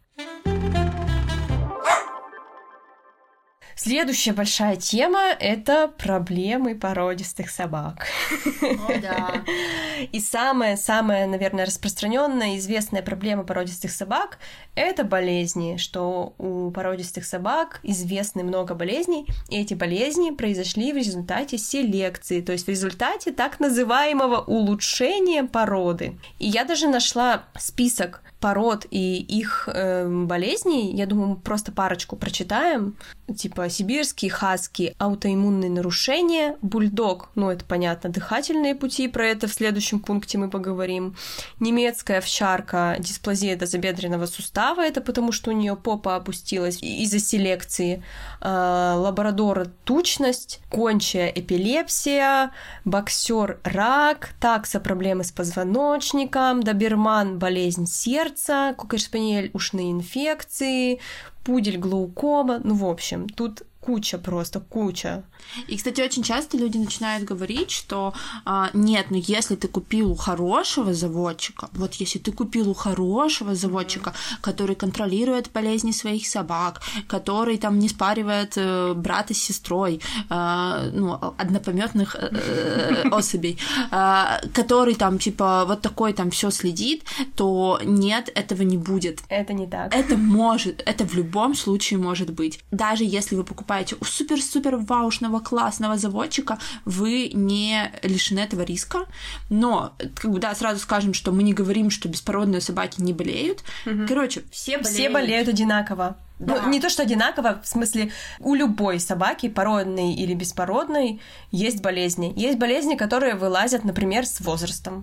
Следующая большая тема — это проблемы породистых собак. О, да. И самая-самая, наверное, распространенная и известная проблема породистых собак — это болезни, что у породистых собак известны много болезней, и эти болезни произошли в результате селекции, то есть в результате так называемого улучшения породы. И я даже нашла список пород и их э, болезней. Я думаю, мы просто парочку прочитаем. Типа сибирский хаски, аутоиммунные нарушения, бульдог, ну это понятно, дыхательные пути, про это в следующем пункте мы поговорим. Немецкая овчарка, дисплазия тазобедренного сустава, это потому что у нее попа опустилась из-за селекции. Э, лабрадора тучность, гончая эпилепсия, боксер рак, такса проблемы с позвоночником, доберман болезнь сердца, кокер-спаниель ушные инфекции, пудель глаукома, ну, в общем, тут куча просто, куча. И, кстати, очень часто люди начинают говорить, что а, нет, ну если ты купил у хорошего заводчика, вот если ты купил у хорошего заводчика, mm-hmm. который контролирует болезни своих собак, который там не спаривает э, брата с сестрой, э, ну, однопомётных э, э, особей, э, который там, типа, вот такой там все следит, то нет, этого не будет. Это не так. Это может, это в любом случае может быть. Даже если вы покупаете у супер-супер ваушного классного заводчика, вы не лишены этого риска. Но, как бы, да, сразу скажем, что мы не говорим, что беспородные собаки не болеют. Угу. Короче, все болеют. Все болеют одинаково. Да. Ну, не то, что одинаково, в смысле, у любой собаки, породной или беспородной, есть болезни. Есть болезни, которые вылазят, например, с возрастом.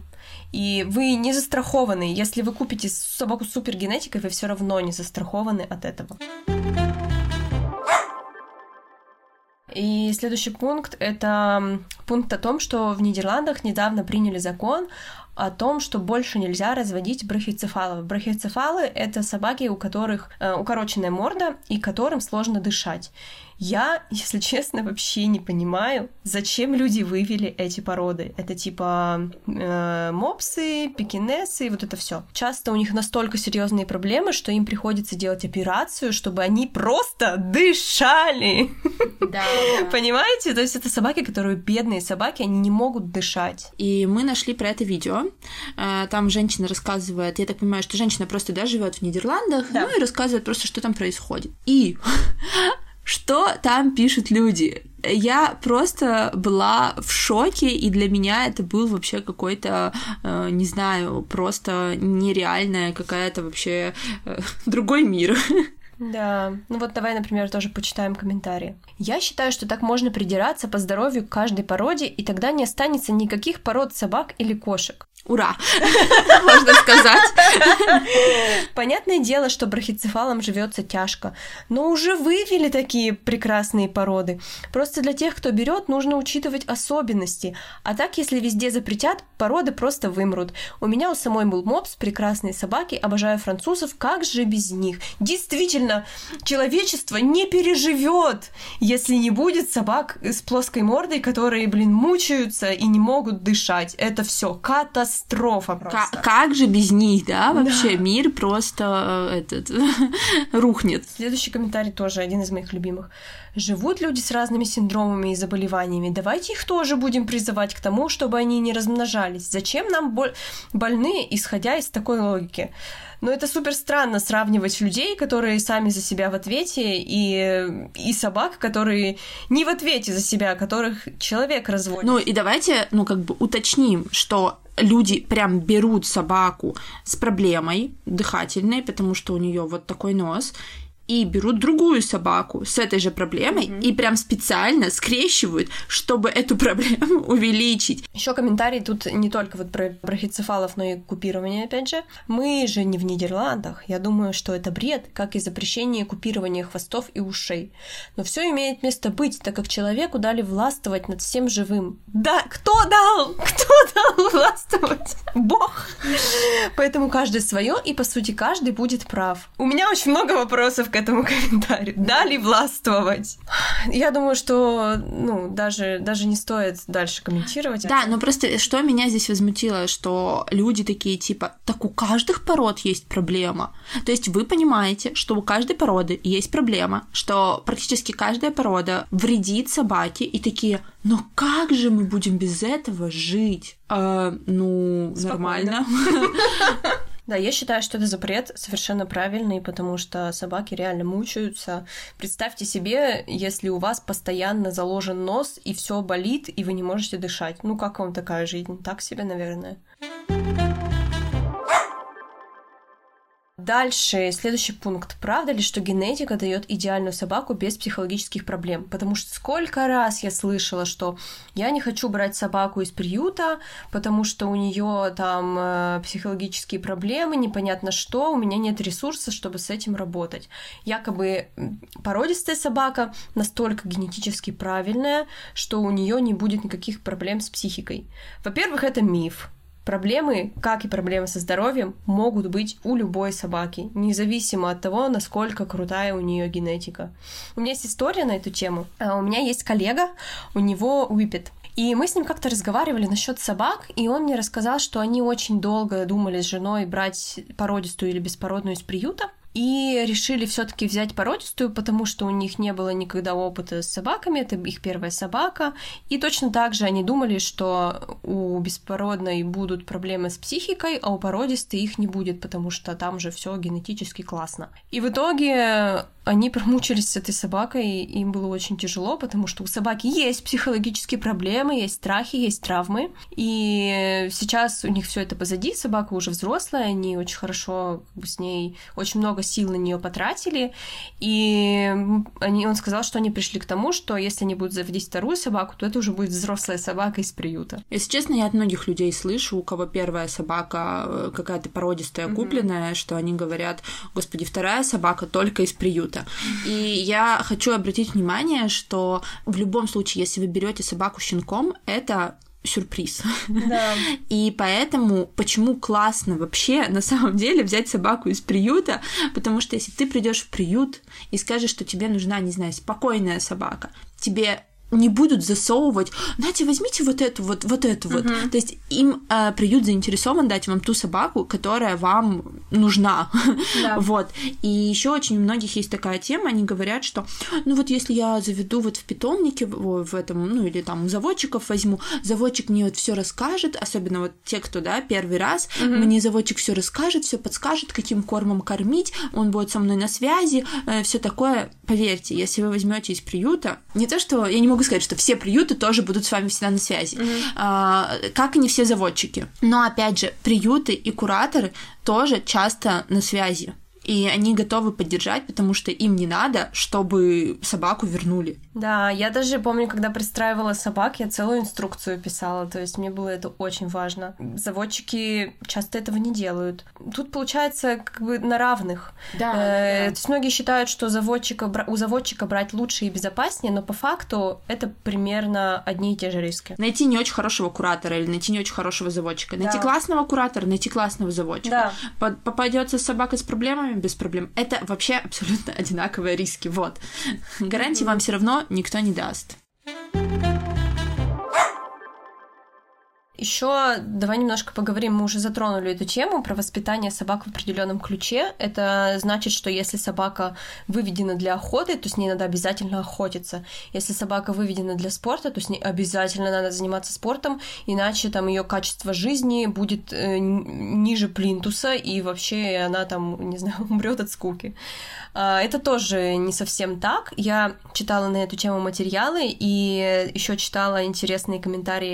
И вы не застрахованы. Если вы купите собаку с супергенетикой, вы все равно не застрахованы от этого. И следующий пункт — это пункт о том, что в Нидерландах недавно приняли закон о том, что больше нельзя разводить брахицефалов. Брахицефалы — это собаки, у которых э, укороченная морда и которым сложно дышать. Я, если честно, вообще не понимаю, зачем люди вывели эти породы. Это типа э, мопсы, пекинесы и вот это все. Часто у них настолько серьезные проблемы, что им приходится делать операцию, чтобы они просто дышали. Да. Понимаете? То есть это собаки, которые бедные собаки, они не могут дышать. И мы нашли про это видео. Там женщина рассказывает, я так понимаю, что женщина просто, да, живет в Нидерландах, да. Ну и рассказывает просто, что там происходит. И что там пишут люди? Я просто была в шоке, и для меня это был вообще какой-то, э, не знаю, просто нереальная какая-то вообще э, другой мир. Да, ну вот давай, например, тоже почитаем комментарии. Я считаю, что так можно придираться по здоровью к каждой породе, и тогда не останется никаких пород собак или кошек. Ура! Можно сказать. Понятное дело, что брахицефалам живется тяжко, но уже вывели такие прекрасные породы. Просто для тех, кто берет, нужно учитывать особенности. А так, если везде запретят, породы просто вымрут. У меня у самой был мопс, прекрасные собаки, обожаю французов, как же без них? Действительно, человечество не переживет, если не будет собак с плоской мордой, которые, блин, мучаются и не могут дышать. Это все катастрофа. Катастрофа просто. К- как же без них, да? Вообще да. Мир просто этот рухнет. Следующий комментарий тоже один из моих любимых. Живут люди с разными синдромами и заболеваниями. Давайте их тоже будем призывать к тому, чтобы они не размножались. Зачем нам боль... больные, исходя из такой логики? Но это супер странно сравнивать людей, которые сами за себя в ответе, и, и собак, которые не в ответе за себя, которых человек разводит. Ну и давайте, ну как бы уточним, что люди прям берут собаку с проблемой дыхательной, потому что у нее вот такой нос, и берут другую собаку с этой же проблемой mm-hmm. и прям специально скрещивают, чтобы эту проблему увеличить. Еще комментарий тут не только вот про брахицефалов, но и купирование, опять же. Мы же не в Нидерландах. Я думаю, что это бред, как и запрещение купирования хвостов и ушей. Но все имеет место быть, так как человеку дали властвовать над всем живым. Да, кто дал? Кто дал властвовать? Бог. Поэтому каждый свое, и по сути каждый будет прав. У меня очень много вопросов к этому комментарию. Дали властвовать. Я думаю, что ну, даже, даже не стоит дальше комментировать. Да, это. Но просто что меня здесь возмутило, что люди такие типа, так у каждых пород есть проблема. То есть вы понимаете, что у каждой породы есть проблема, что практически каждая порода вредит собаке, и такие, но как же мы будем без этого жить? А, ну, спокойно. Нормально. Да, я считаю, что это запрет совершенно правильный, потому что собаки реально мучаются. Представьте себе, если у вас постоянно заложен нос, и все болит, и вы не можете дышать. Ну, как вам такая жизнь? Так себе, наверное. Дальше, следующий пункт. Правда ли, что генетика дает идеальную собаку без психологических проблем? Потому что сколько раз я слышала, что я не хочу брать собаку из приюта, потому что у нее там э, психологические проблемы, непонятно что, у меня нет ресурса, чтобы с этим работать. Якобы породистая собака настолько генетически правильная, что у нее не будет никаких проблем с психикой. Во-первых, это миф. Проблемы, как и проблемы со здоровьем, могут быть у любой собаки, независимо от того, насколько крутая у нее генетика. У меня есть история на эту тему. У меня есть коллега, у него Whippet. И мы с ним как-то разговаривали насчет собак, и он мне рассказал, что они очень долго думали с женой брать породистую или беспородную из приюта, и решили все-таки взять породистую, потому что у них не было никогда опыта с собаками, это их первая собака. И точно так же они думали, что у беспородной будут проблемы с психикой, а у породистой их не будет, потому что там же все генетически классно. И в итоге они промучились с этой собакой, и им было очень тяжело, потому что у собаки есть психологические проблемы, есть страхи, есть травмы. И сейчас у них все это позади, собака уже взрослая, они очень хорошо как бы, с ней, очень много сил на нее потратили, и они, он сказал, что они пришли к тому, что если они будут заводить вторую собаку, то это уже будет взрослая собака из приюта. Если честно, я от многих людей слышу, у кого первая собака какая-то породистая, mm-hmm. купленная, что они говорят, господи, вторая собака только из приюта. И я хочу обратить внимание, что в любом случае, если вы берете собаку щенком, это сюрприз. Да. И поэтому почему классно вообще на самом деле взять собаку из приюта, потому что если ты придешь в приют и скажешь, что тебе нужна, не знаю, спокойная собака, тебе не будут засовывать, знаете, возьмите вот эту вот, вот эту вот. Uh-huh. То есть им э, приют заинтересован дать вам ту собаку, которая вам нужна. Yeah. Вот. И еще очень у многих есть такая тема, они говорят, что ну вот если я заведу вот в питомнике, в, в этом, ну или там у заводчиков возьму, заводчик мне вот все расскажет, особенно вот те, кто, да, первый раз, uh-huh. мне заводчик все расскажет, все подскажет, каким кормом кормить, он будет со мной на связи, э, все такое. Поверьте, если вы возьмете из приюта, не то, что я не могу сказать, что все приюты тоже будут с вами всегда на связи, mm-hmm. а, как и не все заводчики. Но, опять же, приюты и кураторы тоже часто на связи. И они готовы поддержать, потому что им не надо, чтобы собаку вернули. Да, я даже помню, когда пристраивала собак, я целую инструкцию писала, то есть мне было это очень важно. Заводчики часто этого не делают. Тут получается как бы на равных. Да, э, да. То есть многие считают, что заводчика, у заводчика брать лучше и безопаснее, но по факту это примерно одни и те же риски. Найти не очень хорошего куратора или найти не очень хорошего заводчика. Найти да. классного куратора, найти классного заводчика. Да. Попадется собака с проблемами, без проблем. Это вообще абсолютно одинаковые риски. Вот. Гарантии mm-hmm. вам все равно никто не даст. Еще давай немножко поговорим, мы уже затронули эту тему про воспитание собак в определенном ключе. Это значит, что если собака выведена для охоты, то с ней надо обязательно охотиться. Если собака выведена для спорта, то с ней обязательно надо заниматься спортом, иначе там ее качество жизни будет э, ниже плинтуса, и вообще она там, не знаю, умрет от скуки. Это тоже не совсем так. Я читала на эту тему материалы и еще читала интересные комментарии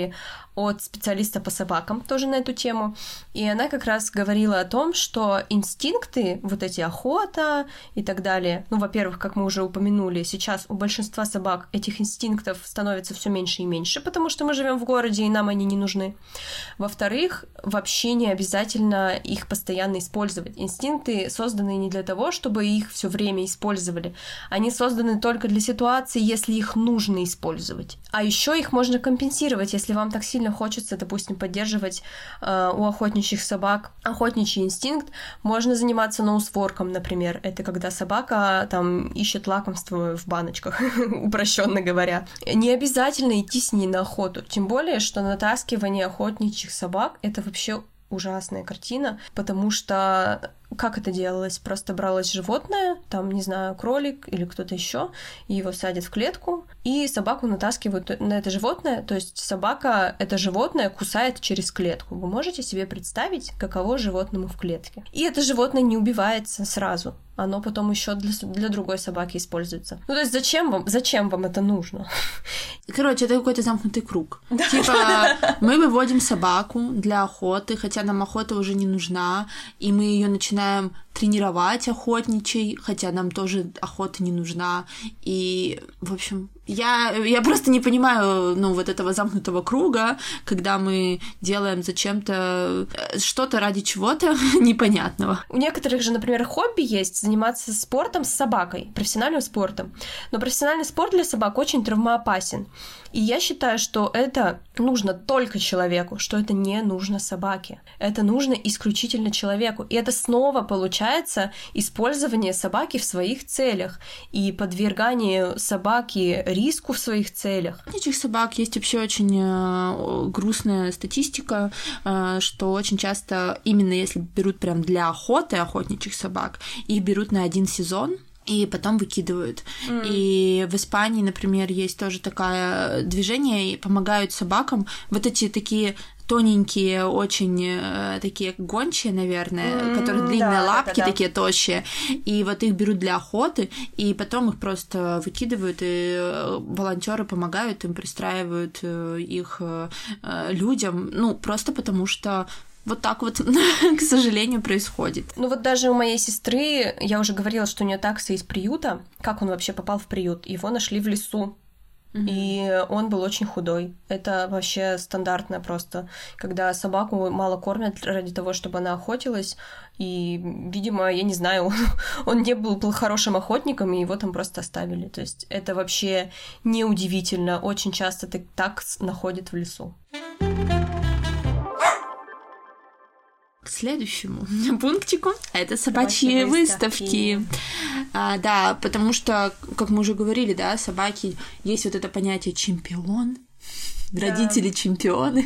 от специалиста по собакам тоже на эту тему, и она как раз говорила о том, что инстинкты, вот эти охота и так далее, ну, во-первых, как мы уже упомянули, сейчас у большинства собак этих инстинктов становится все меньше и меньше, потому что мы живем в городе, и нам они не нужны. Во-вторых, вообще не обязательно их постоянно использовать. Инстинкты созданы не для того, чтобы их все время использовали. Они созданы только для ситуации, если их нужно использовать. А еще их можно компенсировать, если вам так сильно хочется, допустим, поддерживать э, у охотничьих собак охотничий инстинкт. Можно заниматься ноузворком, например. Это когда собака там ищет лакомство в баночках, упрощенно говоря. Не обязательно идти с ней на охоту. Тем более, что натаскивание охотничьих собак — это вообще ужасная картина, потому что как это делалось? Просто бралось животное, там, не знаю, кролик или кто-то еще, и его садят в клетку, и собаку натаскивают на это животное, то есть собака это животное кусает через клетку. Вы можете себе представить, каково животному в клетке? И это животное не убивается сразу, оно потом еще для, для другой собаки используется. Ну, то есть зачем вам, зачем вам это нужно? Короче, это какой-то замкнутый круг. Типа, мы выводим собаку для охоты, хотя нам охота уже не нужна, и мы ее начинаем тренировать охотничьей, хотя нам тоже охота не нужна. И, в общем, я, я просто не понимаю, ну, вот этого замкнутого круга, когда мы делаем зачем-то что-то ради чего-то непонятного. У некоторых же, например, хобби есть заниматься спортом с собакой, профессиональным спортом. Но профессиональный спорт для собак очень травмоопасен. И я считаю, что это нужно только человеку, что это не нужно собаке. Это нужно исключительно человеку. И это снова получается использование собаки в своих целях и подвергание собаки риску в своих целях. У этих собак есть вообще очень э, грустная статистика, э, что очень часто, именно если берут прям для охоты охотничьих собак, их берут на один сезон, и потом выкидывают. Mm. И в Испании, например, есть тоже такое движение, и помогают собакам вот эти такие тоненькие, очень э, такие гончие, наверное, mm, которые длинные да, лапки, да, да. такие тощие, и вот их берут для охоты, и потом их просто выкидывают, и волонтеры помогают им, пристраивают э, их э, людям, ну, просто потому что вот так вот, к сожалению, происходит. Ну вот даже у моей сестры, я уже говорила, что у нее такса из приюта. Как он вообще попал в приют? Его нашли в лесу. Mm-hmm. И он был очень худой. Это вообще стандартно просто, когда собаку мало кормят ради того, чтобы она охотилась. И, видимо, я не знаю, он не был, был хорошим охотником, и его там просто оставили. То есть это вообще неудивительно. Очень часто такс находят в лесу. К следующему пунктику это собачьи выставки. выставки. А, да, потому что, как мы уже говорили, да, собаки, есть вот это понятие чемпион, да. Родители чемпионы,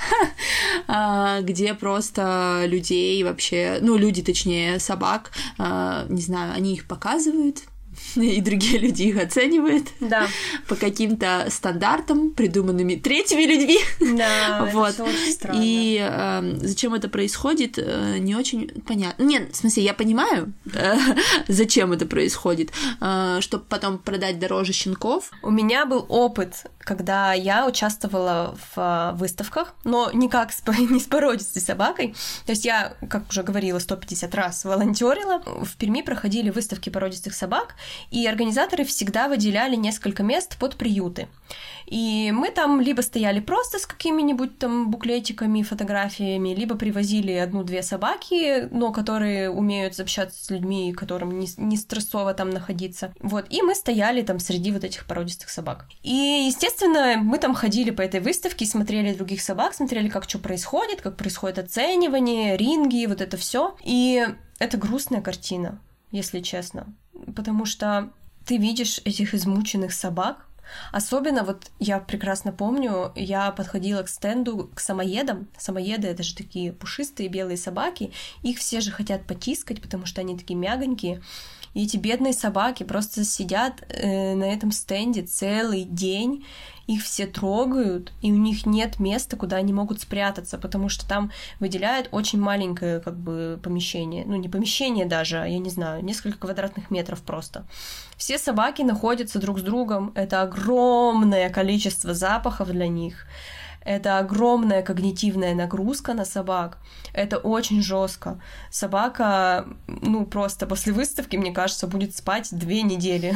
где просто людей вообще, ну, люди, точнее, собак, не знаю, они их показывают, и другие люди их оценивают да. по каким-то стандартам, придуманными третьими людьми. Да, вот. это очень странно. И э, зачем это происходит, э, не очень понятно. Нет, в смысле, я понимаю, э, зачем это происходит, э, чтобы потом продать дороже щенков. У меня был опыт, когда я участвовала в выставках, но никак с, не с породистой собакой. То есть я, как уже говорила, сто пятьдесят раз волонтерила. В Перми проходили выставки породистых собак, и организаторы всегда выделяли несколько мест под приюты. И мы там либо стояли просто с какими-нибудь там буклетиками, фотографиями, либо привозили одну-две собаки, но которые умеют общаться с людьми, которым не, не стрессово там находиться. Вот, и мы стояли там среди вот этих породистых собак. И, естественно, мы там ходили по этой выставке, смотрели других собак, смотрели, как что происходит, как происходит оценивание, ринги, вот это все. И это грустная картина, если честно. Потому что ты видишь этих измученных собак. Особенно вот я прекрасно помню, я подходила к стенду к самоедам. Самоеды — это же такие пушистые белые собаки. Их все же хотят потискать, потому что они такие мягонькие. И эти бедные собаки просто сидят э, на этом стенде целый день. Их все трогают, и у них нет места, куда они могут спрятаться, потому что там выделяют очень маленькое как бы помещение. Ну, не помещение даже, я не знаю, несколько квадратных метров просто. Все собаки находятся друг с другом. Это огромное количество запахов для них. Это огромная когнитивная нагрузка на собак. Это очень жестко. Собака, ну, просто после выставки, мне кажется, будет спать две недели.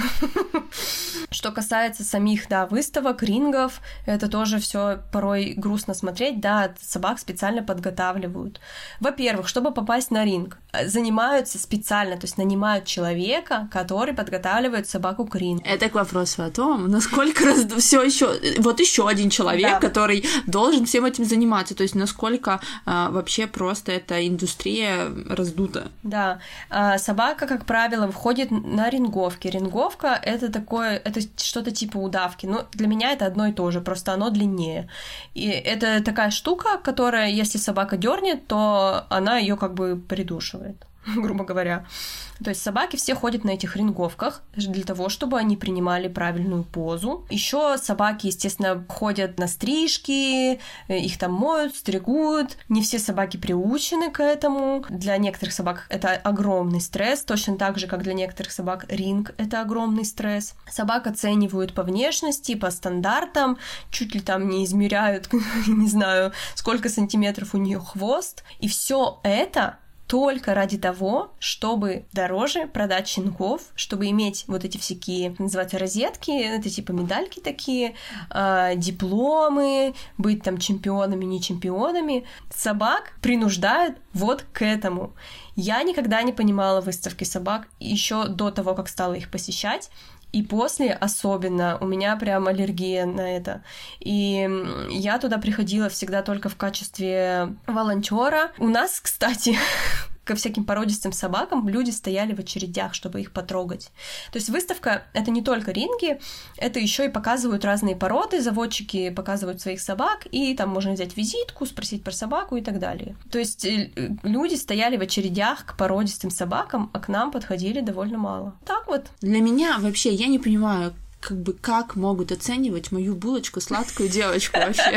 Что касается самих, да, выставок, рингов, это тоже все порой грустно смотреть. Да, собак специально подготавливают. Во-первых, чтобы попасть на ринг, занимаются специально, то есть нанимают человека, который подготавливает собаку к рингу. Это к вопросу о том, насколько раз... все еще, вот еще один человек, да. который должен всем этим заниматься, то есть насколько а, вообще просто эта индустрия раздута. Да, а, собака, как правило, выходит на ринговки. Ринговка — это такое, это что-то типа удавки, но для меня это одно и то же, просто оно длиннее. И это такая штука, которая, если собака дернет, то она ее как бы придушивает, грубо говоря. То есть собаки все ходят на этих ринговках для того, чтобы они принимали правильную позу. Еще собаки, естественно, ходят на стрижки, их там моют, стригут. Не все собаки приучены к этому. Для некоторых собак это огромный стресс, точно так же, как для некоторых собак ринг — это огромный стресс. Собак оценивают по внешности, по стандартам, чуть ли там не измеряют, не знаю, сколько сантиметров у нее хвост. И все это только ради того, чтобы дороже продать щенков, чтобы иметь вот эти всякие, называются розетки, это типа медальки такие, э, дипломы, быть там чемпионами, не чемпионами. Собак принуждают вот к этому. Я никогда не понимала выставки собак еще до того, как стала их посещать. И после особенно у меня прям аллергия на это. И я туда приходила всегда только в качестве волонтера. У нас, кстати, ко всяким породистым собакам люди стояли в очередях, чтобы их потрогать. То есть выставка — это не только ринги, это еще и показывают разные породы, заводчики показывают своих собак, и там можно взять визитку, спросить про собаку и так далее. То есть люди стояли в очередях к породистым собакам, а к нам подходили довольно мало. Так вот. Для меня вообще, я не понимаю, как бы как могут оценивать мою булочку, сладкую девочку вообще?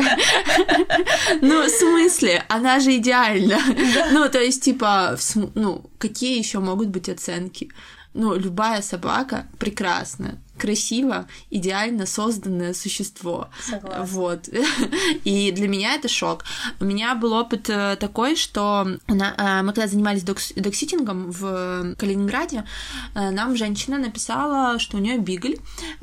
Ну, в смысле? Она же идеальна. Ну, то есть, типа, ну, какие еще могут быть оценки? Ну, любая собака прекрасна, красиво, идеально созданное существо. Согласна. Вот. И для меня это шок. У меня был опыт такой, что мы когда занимались докситингом в Калининграде, нам женщина написала, что у нее бигль,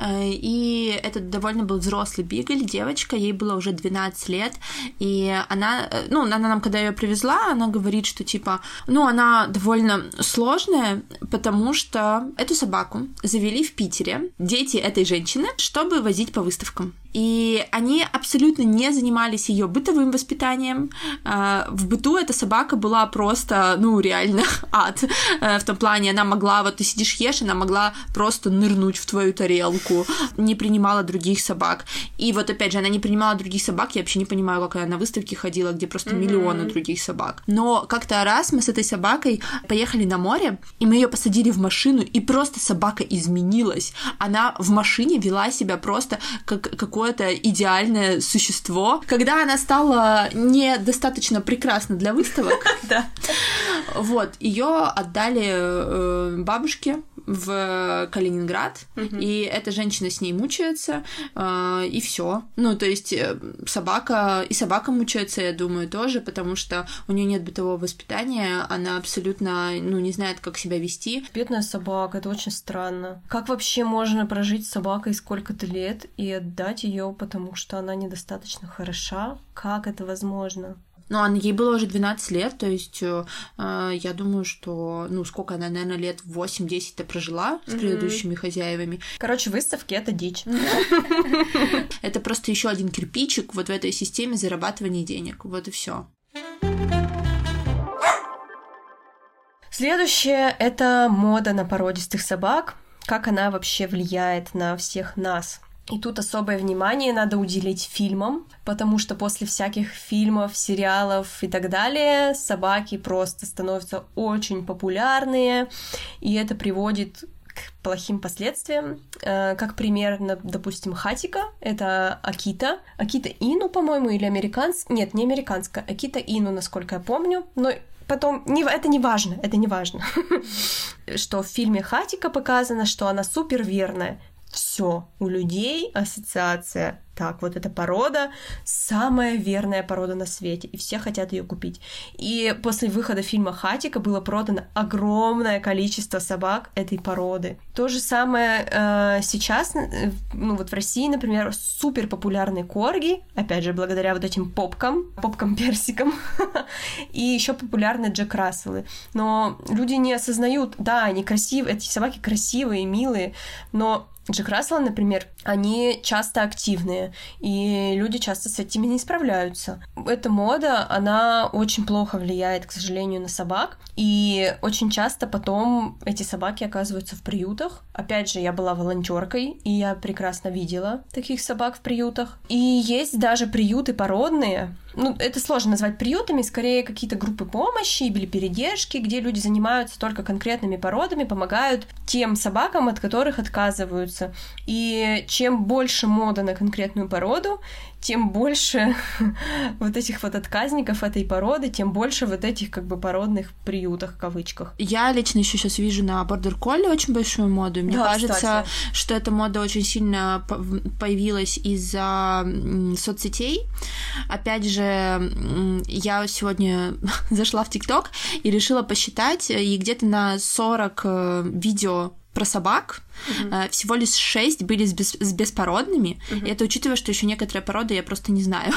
и это довольно был взрослый бигль, девочка, ей было уже двенадцать лет, и она, ну, она нам, когда ее привезла, она говорит, что, типа, ну, она довольно сложная, потому что эту собаку завели в Питере дети этой женщины, чтобы возить по выставкам. И они абсолютно не занимались ее бытовым воспитанием. В быту эта собака была просто, ну, реально ад. В том плане, она могла, вот ты сидишь, ешь, она могла просто нырнуть в твою тарелку, не принимала других собак. И вот опять же, она не принимала других собак, я вообще не понимаю, как она на выставке ходила, где просто mm-hmm. миллионы других собак. Но как-то раз мы с этой собакой поехали на море, и мы ее посадили в машину, и просто собака изменилась. Она в машине вела себя просто как какой какое-то идеальное существо. Когда она стала недостаточно прекрасна для выставок, вот, ее отдали бабушке в Калининград, и эта женщина с ней мучается, и все. Ну, то есть собака, и собака мучается, я думаю, тоже, потому что у нее нет бытового воспитания, она абсолютно, ну, не знает, как себя вести. Бедная собака, это очень странно. Как вообще можно прожить с собакой сколько-то лет и отдать ее, потому что она недостаточно хороша? Как это возможно? Ну, она, ей было уже двенадцать лет, то есть э, я думаю, что, ну, сколько она, наверное, лет восемь-десять-то прожила с предыдущими mm-hmm. хозяевами. Короче, выставки — это дичь. Это просто еще один кирпичик вот в этой системе зарабатывания денег. Вот и все. Следующее — это мода на породистых собак. Как она вообще влияет на всех нас? И тут особое внимание надо уделить фильмам, потому что после всяких фильмов, сериалов и так далее собаки просто становятся очень популярные, и это приводит к плохим последствиям. Как пример, допустим, Хатико, это Акита. Акита Ину, по-моему, или американская. Нет, не американская, Акита Ину, насколько я помню, но потом, не, это не важно, это не важно, что в фильме Хатико показано, что она супер верная. все, у людей ассоциация. Так, вот эта порода самая верная порода на свете, и все хотят ее купить. И после выхода фильма «Хатико» было продано огромное количество собак этой породы. То же самое э, сейчас, э, ну вот в России, например, супер популярный корги, опять же, благодаря вот этим попкам, попкам-персикам, и еще популярны Джек Расселы. Но люди не осознают, да, они красивые, эти собаки красивые, милые, но Джек Рассел, например, они часто активные, и люди часто с этими не справляются. Эта мода, она очень плохо влияет, к сожалению, на собак, и очень часто потом эти собаки оказываются в приютах. Опять же, я была волонтеркой, и я прекрасно видела таких собак в приютах. И есть даже приюты породные, ну, это сложно назвать приютами, скорее какие-то группы помощи или передержки, где люди занимаются только конкретными породами, помогают тем собакам, от которых отказываются. И чем больше мода на конкретную породу, тем больше вот этих вот отказников этой породы, тем больше вот этих как бы породных приютах, в кавычках. Я лично еще сейчас вижу на бордер колли очень большую моду. Мне да, кажется, кстати. что эта мода очень сильно появилась из-за соцсетей. Опять же, я сегодня зашла в ТикТок и решила посчитать, и где-то на сорок видео про собак, uh-huh. всего лишь шесть были с, бес- с беспородными, uh-huh. и это учитывая, что еще некоторые породы я просто не знаю.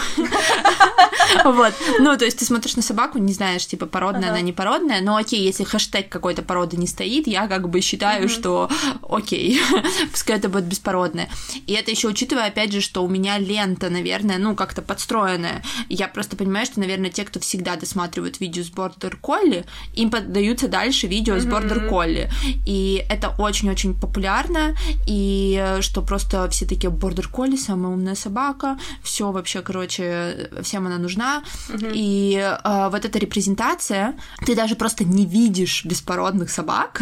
Вот, ну, то есть ты смотришь на собаку, не знаешь, типа, породная она, не породная, но окей, если хэштег какой-то породы не стоит, я как бы считаю, что окей, пускай это будет беспородная. И это еще учитывая, опять же, что у меня лента, наверное, ну, как-то подстроенная. Я просто понимаю, что, наверное, те, кто всегда досматривают видео с бордер колли, им поддаются дальше видео с бордер колли. И это очень-очень популярно, и что просто все такие бордер колли, самая умная собака, все вообще, короче, всем она нужна. Uh-huh. И э, вот эта репрезентация, ты даже просто не видишь беспородных собак.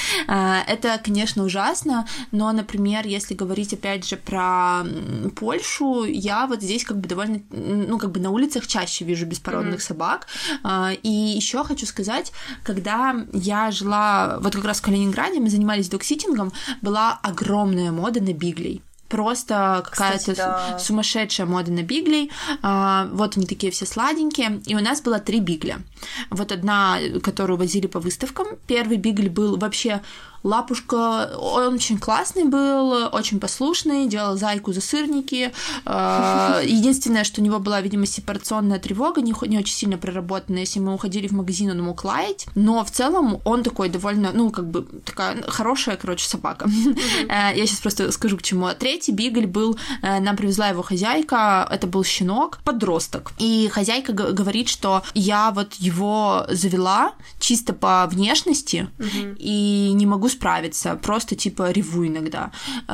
э, это, конечно, ужасно, но, например, если говорить, опять же, про Польшу, я вот здесь как бы довольно, ну, как бы на улицах чаще вижу беспородных uh-huh. собак. Э, и еще хочу сказать, когда я жила вот как раз в Калининграде, мы занимались догситингом, была огромная мода на биглей. Просто какая-то Кстати, да. сумасшедшая мода на биглей. А, вот они такие все сладенькие. И у нас было три бигля. Вот одна, которую возили по выставкам. Первый бигль был вообще лапушка, он очень классный был, очень послушный, делал зайку за сырники. Единственное, что у него была, видимо, сепарационная тревога, не, не очень сильно проработанная. Если мы уходили в магазин, он мог лаять. Но в целом он такой довольно, ну, как бы, такая хорошая, короче, собака. Mm-hmm. Я сейчас просто скажу, к чему. Третий бигль был, нам привезла его хозяйка, это был щенок, подросток. И хозяйка г- говорит, что я вот его завела чисто по внешности mm-hmm. и не могу справиться, просто типа реву иногда.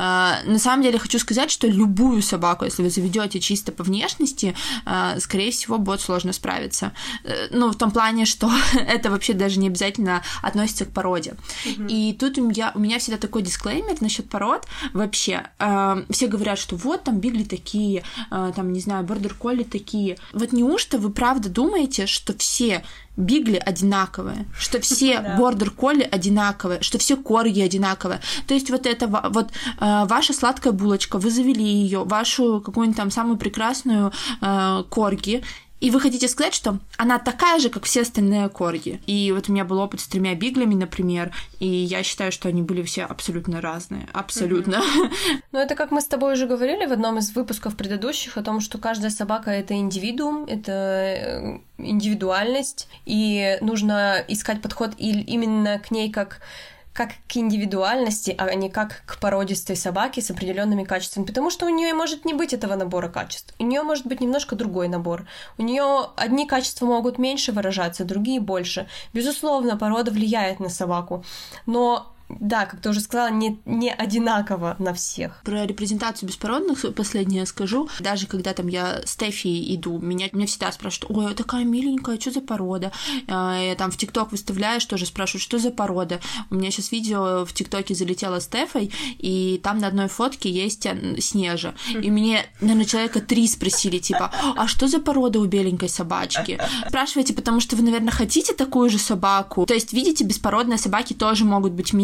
На самом деле хочу сказать, что любую собаку, если вы заведете чисто по внешности, скорее всего, будет сложно справиться. Ну, в том плане, что это вообще даже не обязательно относится к породе. Mm-hmm. И тут у меня, у меня всегда такой дисклеймер насчет пород. Вообще, все говорят, что вот там бигли такие, там, не знаю, бордер колли такие. Вот неужто вы правда думаете, что все бигли одинаковые, что все бордер колли одинаковые, что все корги одинаковые. То есть вот это вот э, ваша сладкая булочка, вы завели ее, вашу какую-нибудь там самую прекрасную э, корги, и вы хотите сказать, что она такая же, как все остальные корги. И вот у меня был опыт с тремя биглями, например, и я считаю, что они были все абсолютно разные. Абсолютно. Mm-hmm. Ну, это как мы с тобой уже говорили в одном из выпусков предыдущих о том, что каждая собака — это индивидуум, это индивидуальность, и нужно искать подход именно к ней как... как к индивидуальности, а не как к породистой собаке с определенными качествами, потому что у нее может не быть этого набора качеств. У нее может быть немножко другой набор. У нее одни качества могут меньше выражаться, другие больше. Безусловно, порода влияет на собаку, но да, как ты уже сказала, не, не одинаково на всех. Про репрезентацию беспородных последнее скажу. Даже когда там я с Тэфи иду, меня, меня всегда спрашивают: ой, такая миленькая, что за порода? Я там в ТикТок выставляешь, тоже спрашивают, что за порода. У меня сейчас видео в ТикТоке залетело с Тэфой, и там на одной фотке есть Снежа. И мне, наверное, человека три спросили, типа, а что за порода у беленькой собачки? Спрашивайте, потому что вы, наверное, хотите такую же собаку. То есть, видите, беспородные собаки тоже могут быть милые.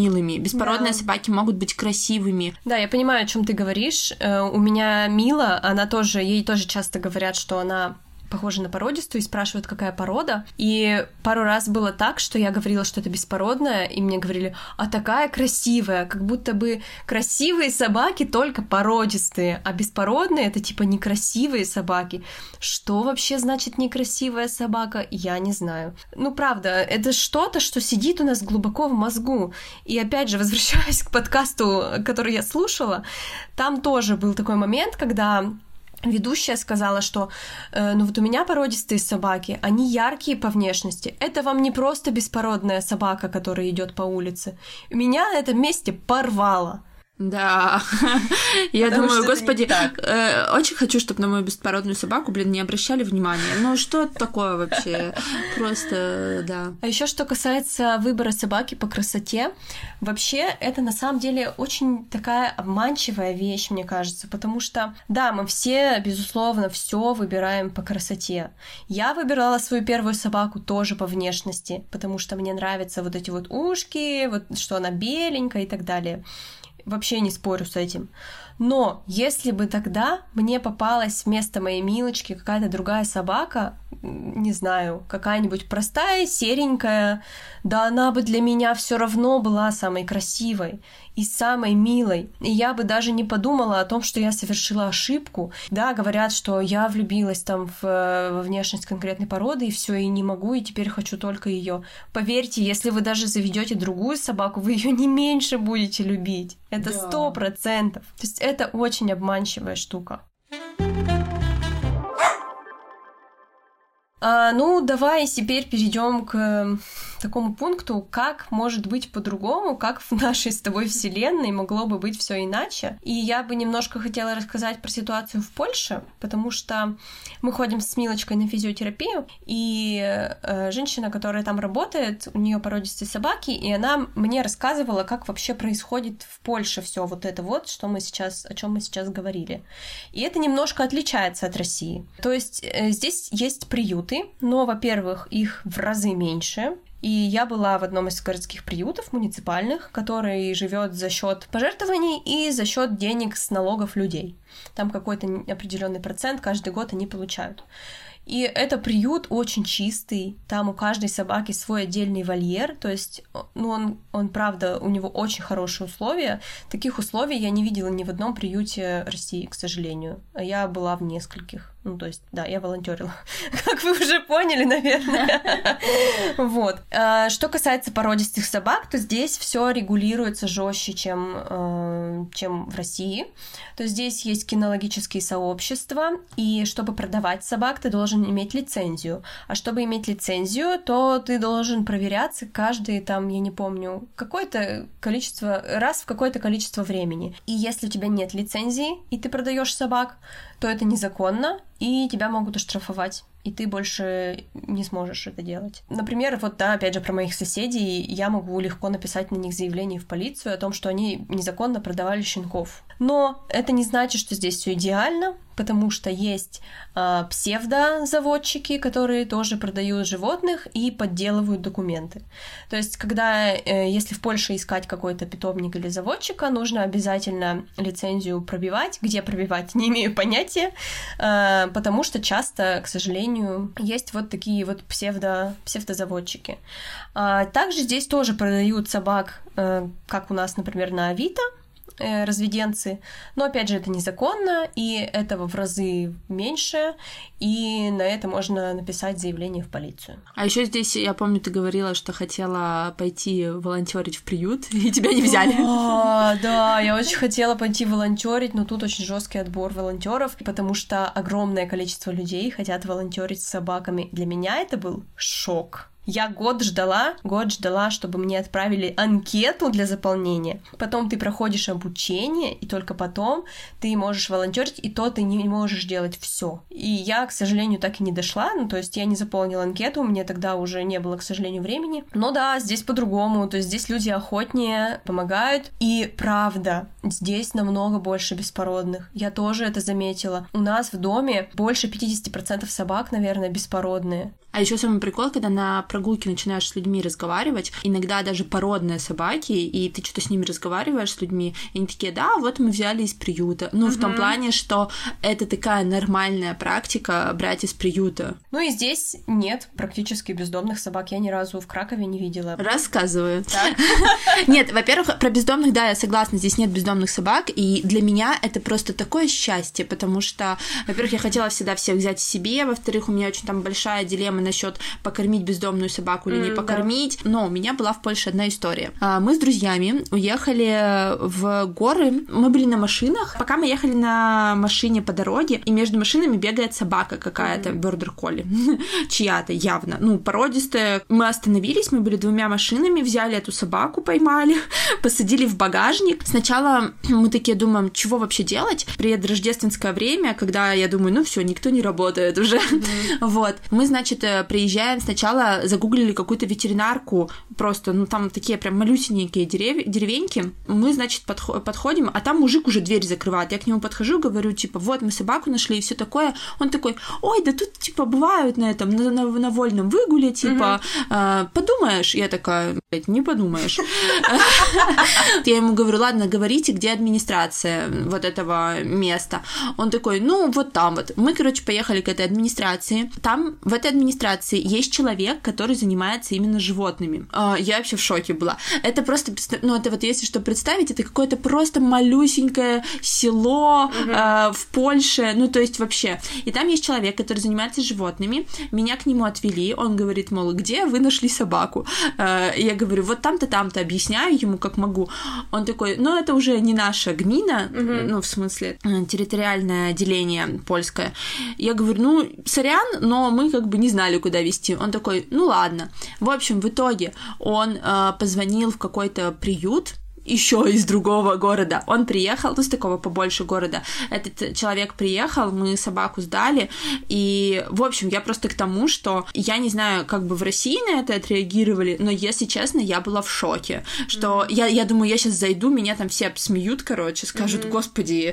милыми. Беспородные Да. собаки могут быть красивыми. Да, я понимаю, о чем ты говоришь. Э, У меня Мила, она тоже, ей тоже часто говорят, что она похожа на породистую, и спрашивают, какая порода. И пару раз было так, что я говорила, что это беспородная, и мне говорили, а такая красивая, как будто бы красивые собаки только породистые, а беспородные — это типа некрасивые собаки. Что вообще значит некрасивая собака? Я не знаю. Ну, правда, это что-то, что сидит у нас глубоко в мозгу. И опять же, возвращаясь к подкасту, который я слушала, там тоже был такой момент, когда ведущая сказала, что э, ну вот у меня породистые собаки, они яркие по внешности. Это вам не просто беспородная собака, которая идет по улице. Меня на этом месте порвало. Да, я Потому думаю, что это господи, не так. э, очень хочу, чтобы на мою беспородную собаку, блин, не обращали внимания. Ну что это такое вообще? Просто, да. А еще что касается выбора собаки по красоте, вообще это на самом деле очень такая обманчивая вещь, мне кажется, потому что, да, мы все, безусловно, все выбираем по красоте. Я выбирала свою первую собаку тоже по внешности, потому что мне нравятся вот эти вот ушки, вот что она беленькая и так далее. Вообще не спорю с этим. Но если бы тогда мне попалась вместо моей Милочки какая-то другая собака, не знаю, какая-нибудь простая, серенькая, да она бы для меня все равно была самой красивой и самой милой. И я бы даже не подумала о том, что я совершила ошибку. Да, говорят, что я влюбилась там в, во внешность конкретной породы, и все, и не могу, и теперь хочу только ее. Поверьте, если вы даже заведете другую собаку, вы ее не меньше будете любить. Это сто процентов. То есть это очень обманчивая штука. А, ну, давай теперь перейдем к такому пункту, как может быть по-другому, как в нашей с тобой вселенной могло бы быть все иначе. И я бы немножко хотела рассказать про ситуацию в Польше, потому что мы ходим с Милочкой на физиотерапию, и э, женщина, которая там работает, у нее породистые собаки, и она мне рассказывала, как вообще происходит в Польше все вот это вот, что мы сейчас, о чем мы сейчас говорили. И это немножко отличается от России. То есть э, здесь есть приюты, но, во-первых, их в разы меньше. И я была в одном из городских приютов муниципальных, который живет за счет пожертвований и за счет денег с налогов людей. Там какой-то определенный процент каждый год они получают. И это приют очень чистый, там у каждой собаки свой отдельный вольер, то есть, ну, он, он, правда, у него очень хорошие условия. Таких условий я не видела ни в одном приюте России, к сожалению. Я была в нескольких. Ну, то есть, да, я волонтерила, как вы уже поняли, наверное. Вот. Что касается породистых собак, то здесь все регулируется жестче, чем, чем в России. То есть здесь есть кинологические сообщества, и чтобы продавать собак, ты должен иметь лицензию. А чтобы иметь лицензию, то ты должен проверяться каждый, там, я не помню, какое-то количество, раз в какое-то количество времени. И если у тебя нет лицензии, и ты продаешь собак, то это незаконно, и тебя могут оштрафовать, и ты больше не сможешь это делать. Например, вот, да, опять же, про моих соседей, я могу легко написать на них заявление в полицию о том, что они незаконно продавали щенков. Но это не значит, что здесь все идеально, потому что есть э, псевдозаводчики, которые тоже продают животных и подделывают документы. То есть, когда, э, если в Польше искать какой-то питомник или заводчика, нужно обязательно лицензию пробивать. Где пробивать, не имею понятия, э, потому что часто, к сожалению, есть вот такие вот псевдо, псевдозаводчики. А также здесь тоже продают собак, э, как у нас, например, на Авито, разведенцы, но, опять же, это незаконно, и этого в разы меньше, и на это можно написать заявление в полицию. А еще здесь, я помню, ты говорила, что хотела пойти волонтерить в приют, и тебя не взяли. О, да, я очень хотела пойти волонтерить, но тут очень жесткий отбор волонтеров, потому что огромное количество людей хотят волонтерить с собаками. Для меня это был шок. Я год ждала, год ждала, чтобы мне отправили анкету для заполнения. Потом ты проходишь обучение, и только потом ты можешь волонтерить, и то ты не можешь делать все. И я, к сожалению, так и не дошла, ну, то есть я не заполнила анкету, мне тогда уже не было, к сожалению, времени. Но да, здесь по-другому, то есть здесь люди охотнее помогают, и правда, здесь намного больше беспородных. Я тоже это заметила. У нас в доме больше пятьдесят процентов собак, наверное, беспородные. А А еще самый прикол, когда на прогулке начинаешь с людьми разговаривать, иногда даже породные собаки, и ты что-то с ними разговариваешь, с людьми, и они такие, да, вот мы взяли из приюта. Ну, mm-hmm. в том плане, что это такая нормальная практика брать из приюта. Ну и здесь нет практически бездомных собак. Я ни разу в Кракове не видела. Рассказываю. Нет, во-первых, про бездомных, да, я согласна, здесь нет бездомных собак, и для меня это просто такое счастье, потому что, во-первых, я хотела всегда всех взять себе, во-вторых, у меня очень там большая дилемма насчет покормить бездомную собаку или mm, не покормить, да. Но у меня была в Польше одна история. Мы с друзьями уехали в горы, мы были на машинах, пока мы ехали на машине по дороге, и между машинами бегает собака какая-то, mm-hmm. бордер-колли, чья-то явно, ну, породистая. Мы остановились, мы были двумя машинами, взяли эту собаку, поймали, посадили в багажник. Сначала мы такие думаем, чего вообще делать? Приедет рождественское время, когда я думаю, ну все, никто не работает уже. Mm-hmm. Вот. Мы, значит, приезжаем, сначала загуглили какую-то ветеринарку, просто, ну, там такие прям малюсенькие дерев... деревеньки. Мы, значит, подх... подходим, а там мужик уже дверь закрывает. Я к нему подхожу, говорю, типа, вот, мы собаку нашли и все такое. Он такой, ой, да тут, типа, бывают на этом, на, на, на вольном выгуле, типа, mm-hmm. э, подумаешь? Я такая, блядь, не подумаешь. Я ему говорю, ладно, говорите, где администрация вот этого места. Он такой, ну, вот там вот. Мы, короче, поехали к этой администрации. Там, в этой администрации есть человек, который занимается именно животными. Я вообще в шоке была. Это просто, ну, это вот если что представить, это какое-то просто малюсенькое село угу. э, в Польше, ну, то есть вообще. И там есть человек, который занимается животными. Меня к нему отвели. Он говорит, мол, где вы нашли собаку? Э, я говорю, вот там-то, там-то. Объясняю ему, как могу. Он такой, ну, это уже не наша гмина, угу. ну, в смысле, территориальное деление польское. Я говорю, ну, сорян, но мы как бы не знали, куда везти. Он такой, ну, ладно. В общем, в итоге он э, позвонил в какой-то приют, еще из другого города. Он приехал, ну, с такого побольше города. Этот человек приехал, мы собаку сдали, и, в общем, я просто к тому, что я не знаю, как бы в России на это отреагировали, но, если честно, я была в шоке, что mm-hmm. я, я думаю, я сейчас зайду, меня там все обсмеют, короче, скажут, mm-hmm. господи,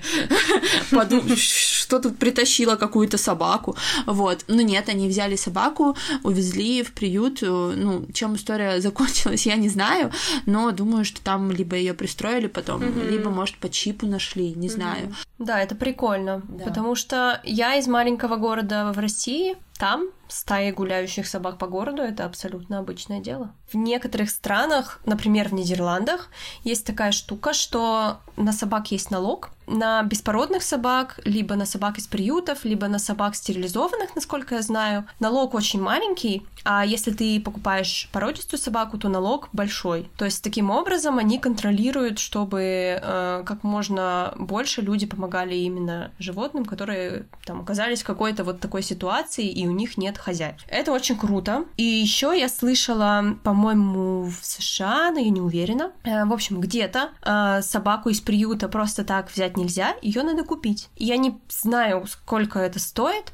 что тут притащила какую-то собаку, вот. Но нет, они взяли собаку, увезли в приют, ну, чем история закончилась, я не знаю, но думаю, что там либо ее пристроили потом, mm-hmm. либо, может, по чипу нашли, не mm-hmm. знаю. Да, это прикольно, да. Потому что я из маленького города в России, там стаи гуляющих собак по городу — это абсолютно обычное дело. В некоторых странах, например, в Нидерландах, есть такая штука, что на собак есть налог, на беспородных собак, либо на собак из приютов, либо на собак стерилизованных, насколько я знаю. Налог очень маленький, а если ты покупаешь породистую собаку, то налог большой. То есть таким образом они контролируют, чтобы э, как можно больше люди помогали именно животным, которые там оказались в какой-то вот такой ситуации, и у них нет хозяев. Это очень круто. И еще я слышала, по-моему, в США, но я не уверена. Э, в общем, где-то э, собаку из приюта просто так взять нельзя, ее надо купить. Я не знаю, сколько это стоит,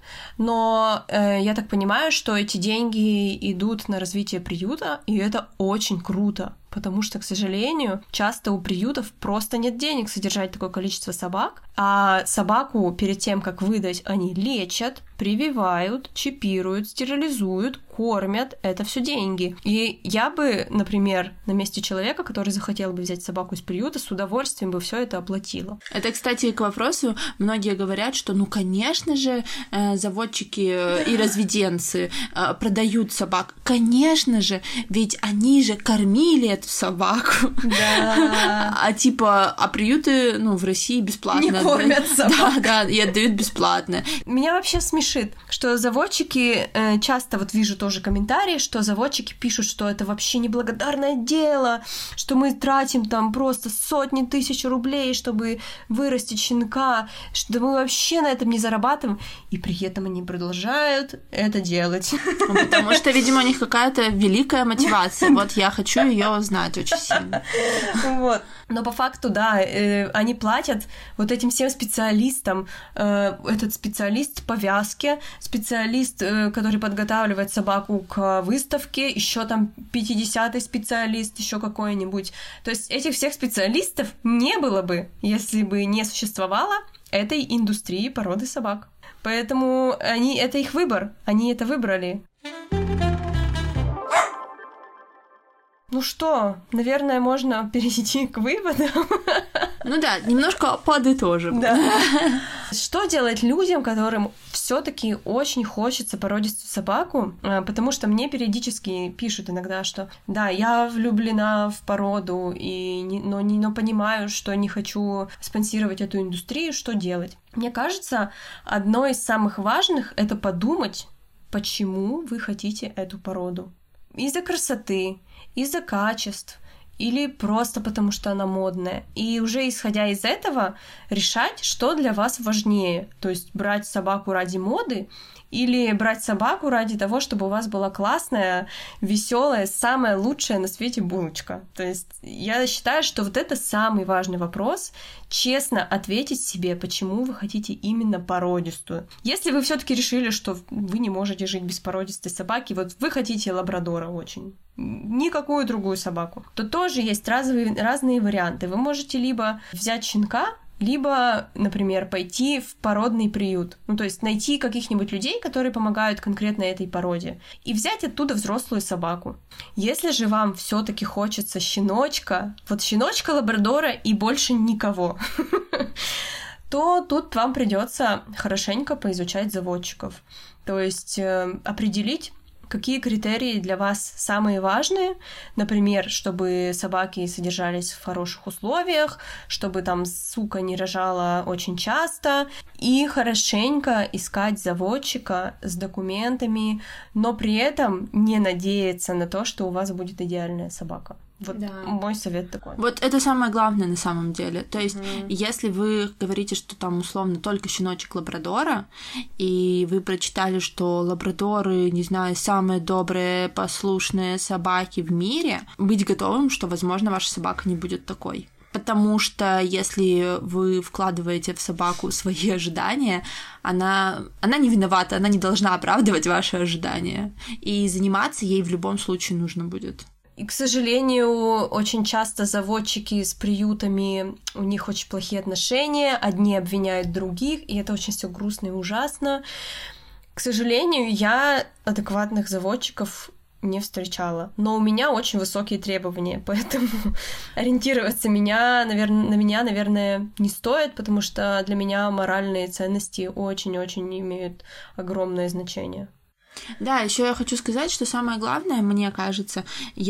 но э, я так понимаю, что эти деньги идут на развитие приюта, и это очень круто. Потому что, к сожалению, часто у приютов просто нет денег содержать такое количество собак, а собаку перед тем, как выдать, они лечат, прививают, чипируют, стерилизуют, кормят. Это все деньги. И я бы, например, на месте человека, который захотел бы взять собаку из приюта, с удовольствием бы все это оплатила. Это, кстати, к вопросу. Многие говорят, что, ну, конечно же, заводчики и разведенцы продают собак. Конечно же, ведь они же кормили эту собаку. Да. А типа, а приюты, ну, в России бесплатно. Не кормят собак. Да, да, и отдают бесплатно. Меня вообще смешит, что заводчики, э, часто вот вижу тоже комментарии, что заводчики пишут, что это вообще неблагодарное дело, что мы тратим там просто сотни тысяч рублей, чтобы вырастить щенка, что мы вообще на этом не зарабатываем, и при этом они продолжают это делать. Потому что, видимо, у них какая-то великая мотивация. Вот я хочу ее знать очень сильно. Вот. Но по факту, да, э, они платят вот этим всем специалистам. Э, этот специалист по вязке, специалист, э, который подготавливает собаку к выставке, еще там пятидесятый специалист, еще какой-нибудь. То есть этих всех специалистов не было бы, если бы не существовало этой индустрии породы собак. Поэтому они, это их выбор, они это выбрали. Ну что, наверное, можно перейти к выводам. Ну да, немножко подытожим. Да. Что делать людям, которым все-таки очень хочется породистую собаку? Потому что мне периодически пишут иногда, что да, я влюблена в породу, и не, но, не, но понимаю, что не хочу спонсировать эту индустрию, что делать? Мне кажется, одно из самых важных — это подумать, почему вы хотите эту породу. Из-за красоты, из-за качеств, или просто потому, что она модная. И уже исходя из этого решать, что для вас важнее. То есть брать собаку ради моды или брать собаку ради того, чтобы у вас была классная, веселая, самая лучшая на свете булочка. То есть я считаю, что вот это самый важный вопрос. Честно ответить себе, почему вы хотите именно породистую. Если вы все-таки решили, что вы не можете жить без породистой собаки, вот вы хотите лабрадора очень, никакую другую собаку, то тоже есть разные, разные варианты. Вы можете либо взять щенка, либо, например, пойти в породный приют. Ну, то есть найти каких-нибудь людей, которые помогают конкретно этой породе, и взять оттуда взрослую собаку. Если же вам все-таки хочется щеночка, вот щеночка, лабрадора и больше никого, то тут вам придется хорошенько поизучать заводчиков. То есть э, определить, какие критерии для вас самые важные, например, чтобы собаки содержались в хороших условиях, чтобы там сука не рожала очень часто, и хорошенько искать заводчика с документами, но при этом не надеяться на то, что у вас будет идеальная собака. Вот да. Мой совет такой. Вот это самое главное на самом деле. То есть, mm-hmm. если вы говорите, что там условно только щеночек лабрадора, и вы прочитали, что лабрадоры, не знаю, самые добрые, послушные собаки в мире, быть готовым, что, возможно, ваша собака не будет такой. Потому что если вы вкладываете в собаку свои ожидания, она, она не виновата, она не должна оправдывать ваши ожидания. И заниматься ей в любом случае нужно будет. И, к сожалению, очень часто заводчики с приютами, у них очень плохие отношения, одни обвиняют других, и это очень все грустно и ужасно. К сожалению, я адекватных заводчиков не встречала, но у меня очень высокие требования, поэтому ориентироваться меня, наверное, на меня, наверное, не стоит, потому что для меня моральные ценности очень-очень имеют огромное значение. Да, еще я хочу сказать, что самое главное, мне кажется,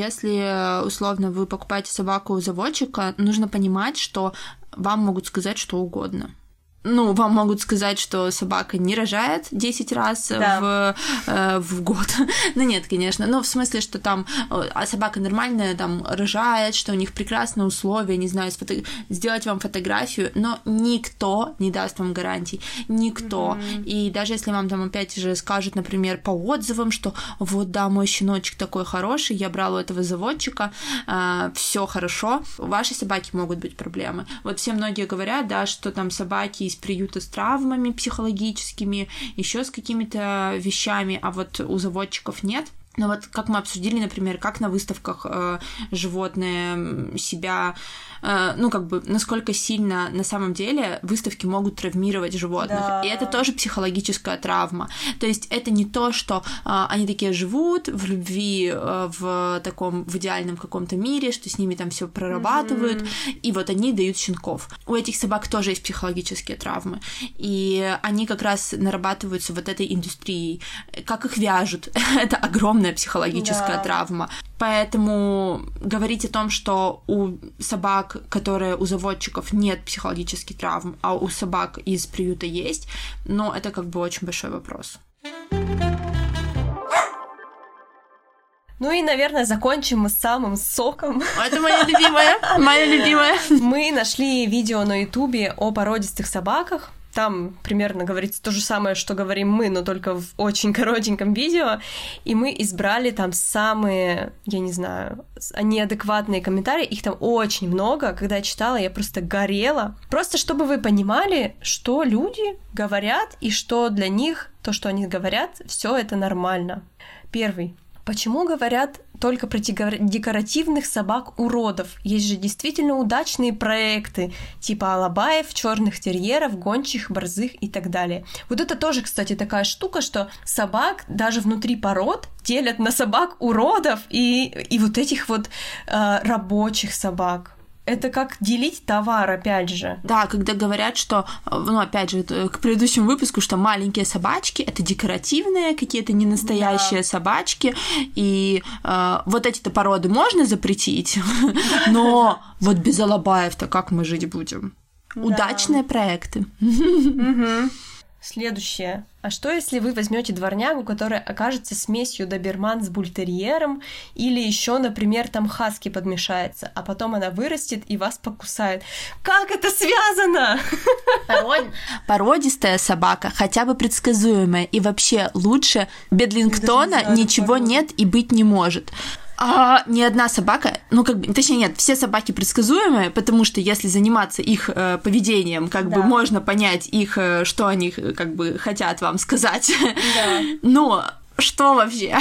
если условно вы покупаете собаку у заводчика, нужно понимать, что вам могут сказать что угодно. Ну, вам могут сказать, что собака не рожает десять раз да. в, э, в год. Ну, нет, конечно. Но в смысле, что там а собака нормальная, там, рожает, что у них прекрасные условия, не знаю, сфото... сделать вам фотографию, но никто не даст вам гарантий. Никто. Mm-hmm. И даже если вам там опять же скажут, например, по отзывам, что вот, да, мой щеночек такой хороший, я брала у этого заводчика, э, все хорошо, у вашей собаки могут быть проблемы. Вот все многие говорят, да, что там собаки из приюта с травмами психологическими, еще с какими-то вещами, а вот у заводчиков нет. Но вот как мы обсудили, например, как на выставках э, животные себя, э, ну как бы, насколько сильно на самом деле выставки могут травмировать животных. Да. И это тоже психологическая травма. То есть это не то, что э, они такие живут в любви, э, в таком, в идеальном каком-то мире, что с ними там все прорабатывают, mm-hmm. и вот они дают щенков. У этих собак тоже есть психологические травмы. И они как раз нарабатываются вот этой индустрией. Как их вяжут? Это огромное психологическая да. травма. Поэтому говорить о том, что у собак, которые у заводчиков нет психологических травм, а у собак из приюта есть, ну, это как бы очень большой вопрос. Ну и, наверное, закончим мы с самым соком. Это моя любимая, моя любимая. Мы нашли видео на Ютубе о породистых собаках. Там примерно говорится то же самое, что говорим мы, но только в очень коротеньком видео. И мы избрали там самые, я не знаю, неадекватные комментарии. Их там очень много. Когда я читала, я просто горела. Просто чтобы вы понимали, что люди говорят, и что для них то, что они говорят, все это нормально. Первый. Почему говорят только про декоративных собак-уродов? Есть же действительно удачные проекты, типа Алабаев, черных терьеров, гончих, борзых и так далее. Вот это тоже, кстати, такая штука, что собак даже внутри пород делят на собак-уродов и, и вот этих вот э, рабочих собак. Это как делить товар, опять же. Да, когда говорят, что, ну, опять же, к предыдущему выпуску, что маленькие собачки — это декоративные какие-то ненастоящие да. собачки, и э, вот эти-то породы можно запретить, но вот без алабаев-то как мы жить будем? Удачные проекты. Следующее. А что, если вы возьмете дворнягу, которая окажется смесью доберман с бультерьером, или еще, например, там хаски подмешается, а потом она вырастет и вас покусает? Как это связано? Пород... Породистая собака, хотя бы предсказуемая, и вообще лучше Бедлингтона не ничего породу. Нет и быть не может. А ни одна собака, ну как бы, точнее нет, все собаки предсказуемые, потому что если заниматься их э, поведением, как да. бы можно понять их, э, что они как бы хотят вам сказать. Да. Но что вообще?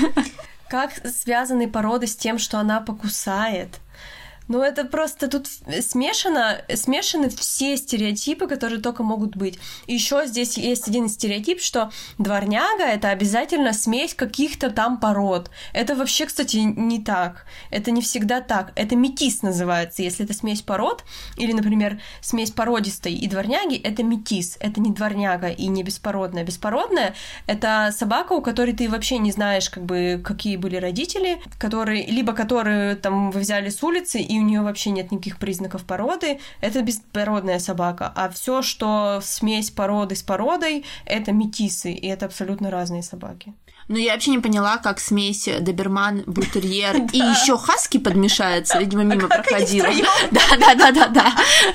Как связаны породы с тем, что она покусает? Ну, это просто тут смешано, смешаны все стереотипы, которые только могут быть. Еще здесь есть один стереотип, что дворняга — это обязательно смесь каких-то там пород. Это вообще, кстати, не так. Это не всегда так. Это метис называется. Если это смесь пород, или, например, смесь породистой и дворняги, это метис. Это не дворняга и не беспородная. Беспородная — это собака, у которой ты вообще не знаешь, как бы, какие были родители, которые, либо которые там вы взяли с улицы, и у нее вообще нет никаких признаков породы, это беспородная собака. А все, что смесь породы с породой, это метисы, и это абсолютно разные собаки. Ну, я вообще не поняла, как смесь доберман, бультерьер и еще хаски подмешается. Видимо, мимо проходила. Да, да, да, да, да.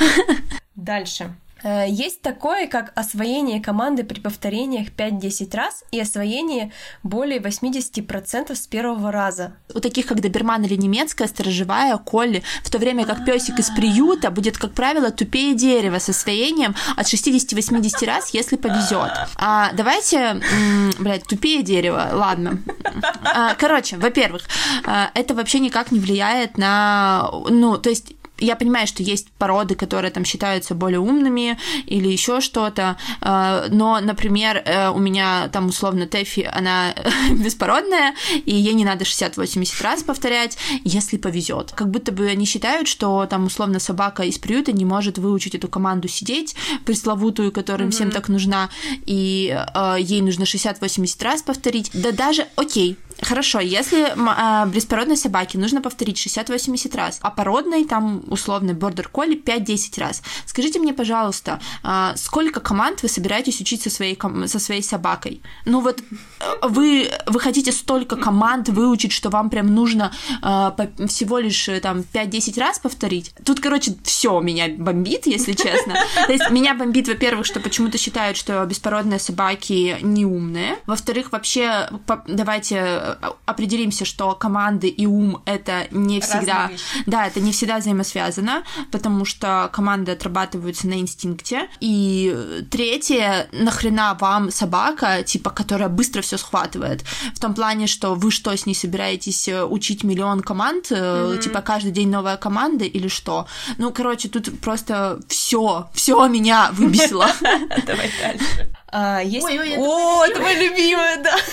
Дальше. Есть такое, как освоение команды при повторениях пять-десять раз и освоение более восемьдесят процентов с первого раза. У таких, как доберман или немецкая сторожевая, колли, в то время как песик из приюта будет, как правило, тупее дерева с освоением от шестьдесят-восемьдесят раз, если повезет. А, давайте, м- блядь, тупее дерева, ладно. А, короче, во-первых, это вообще никак не влияет на, ну, то есть я понимаю, что есть породы, которые там считаются более умными или еще что-то, но, например, у меня там условно Тэффи, она беспородная, и ей не надо шестьдесят-восемьдесят раз повторять, если повезет. Как будто бы они считают, что там условно собака из приюта не может выучить эту команду сидеть, пресловутую, которая им mm-hmm. всем так нужна, и э, ей нужно шестьдесят-восемьдесят раз повторить. Да даже, окей, хорошо, если э, беспородной собаке нужно повторить шестьдесят-восемьдесят раз, а породной там условно бордер-колли пять-десять раз. Скажите мне, пожалуйста, э, сколько команд вы собираетесь учить со своей, со своей собакой? Ну вот э, вы, вы хотите столько команд выучить, что вам прям нужно э, по, всего лишь там пять-десять раз повторить? Тут, короче, все меня бомбит, если честно. То есть меня бомбит, во-первых, что почему-то считают, что беспородные собаки не умные. Во-вторых, вообще, по, давайте определимся, что команды и ум — это не всегда... Да, это не всегда взаимосвязано, потому что команды отрабатываются на инстинкте. И третье, нахрена вам собака, типа, которая быстро все схватывает? В том плане, что вы что, с ней собираетесь учить миллион команд? Mm-hmm. Типа, каждый день новая команда или что? Ну, короче, тут просто все, все меня выбесило. Давай дальше. Есть... Ой, ой, О, это моя любимая, да.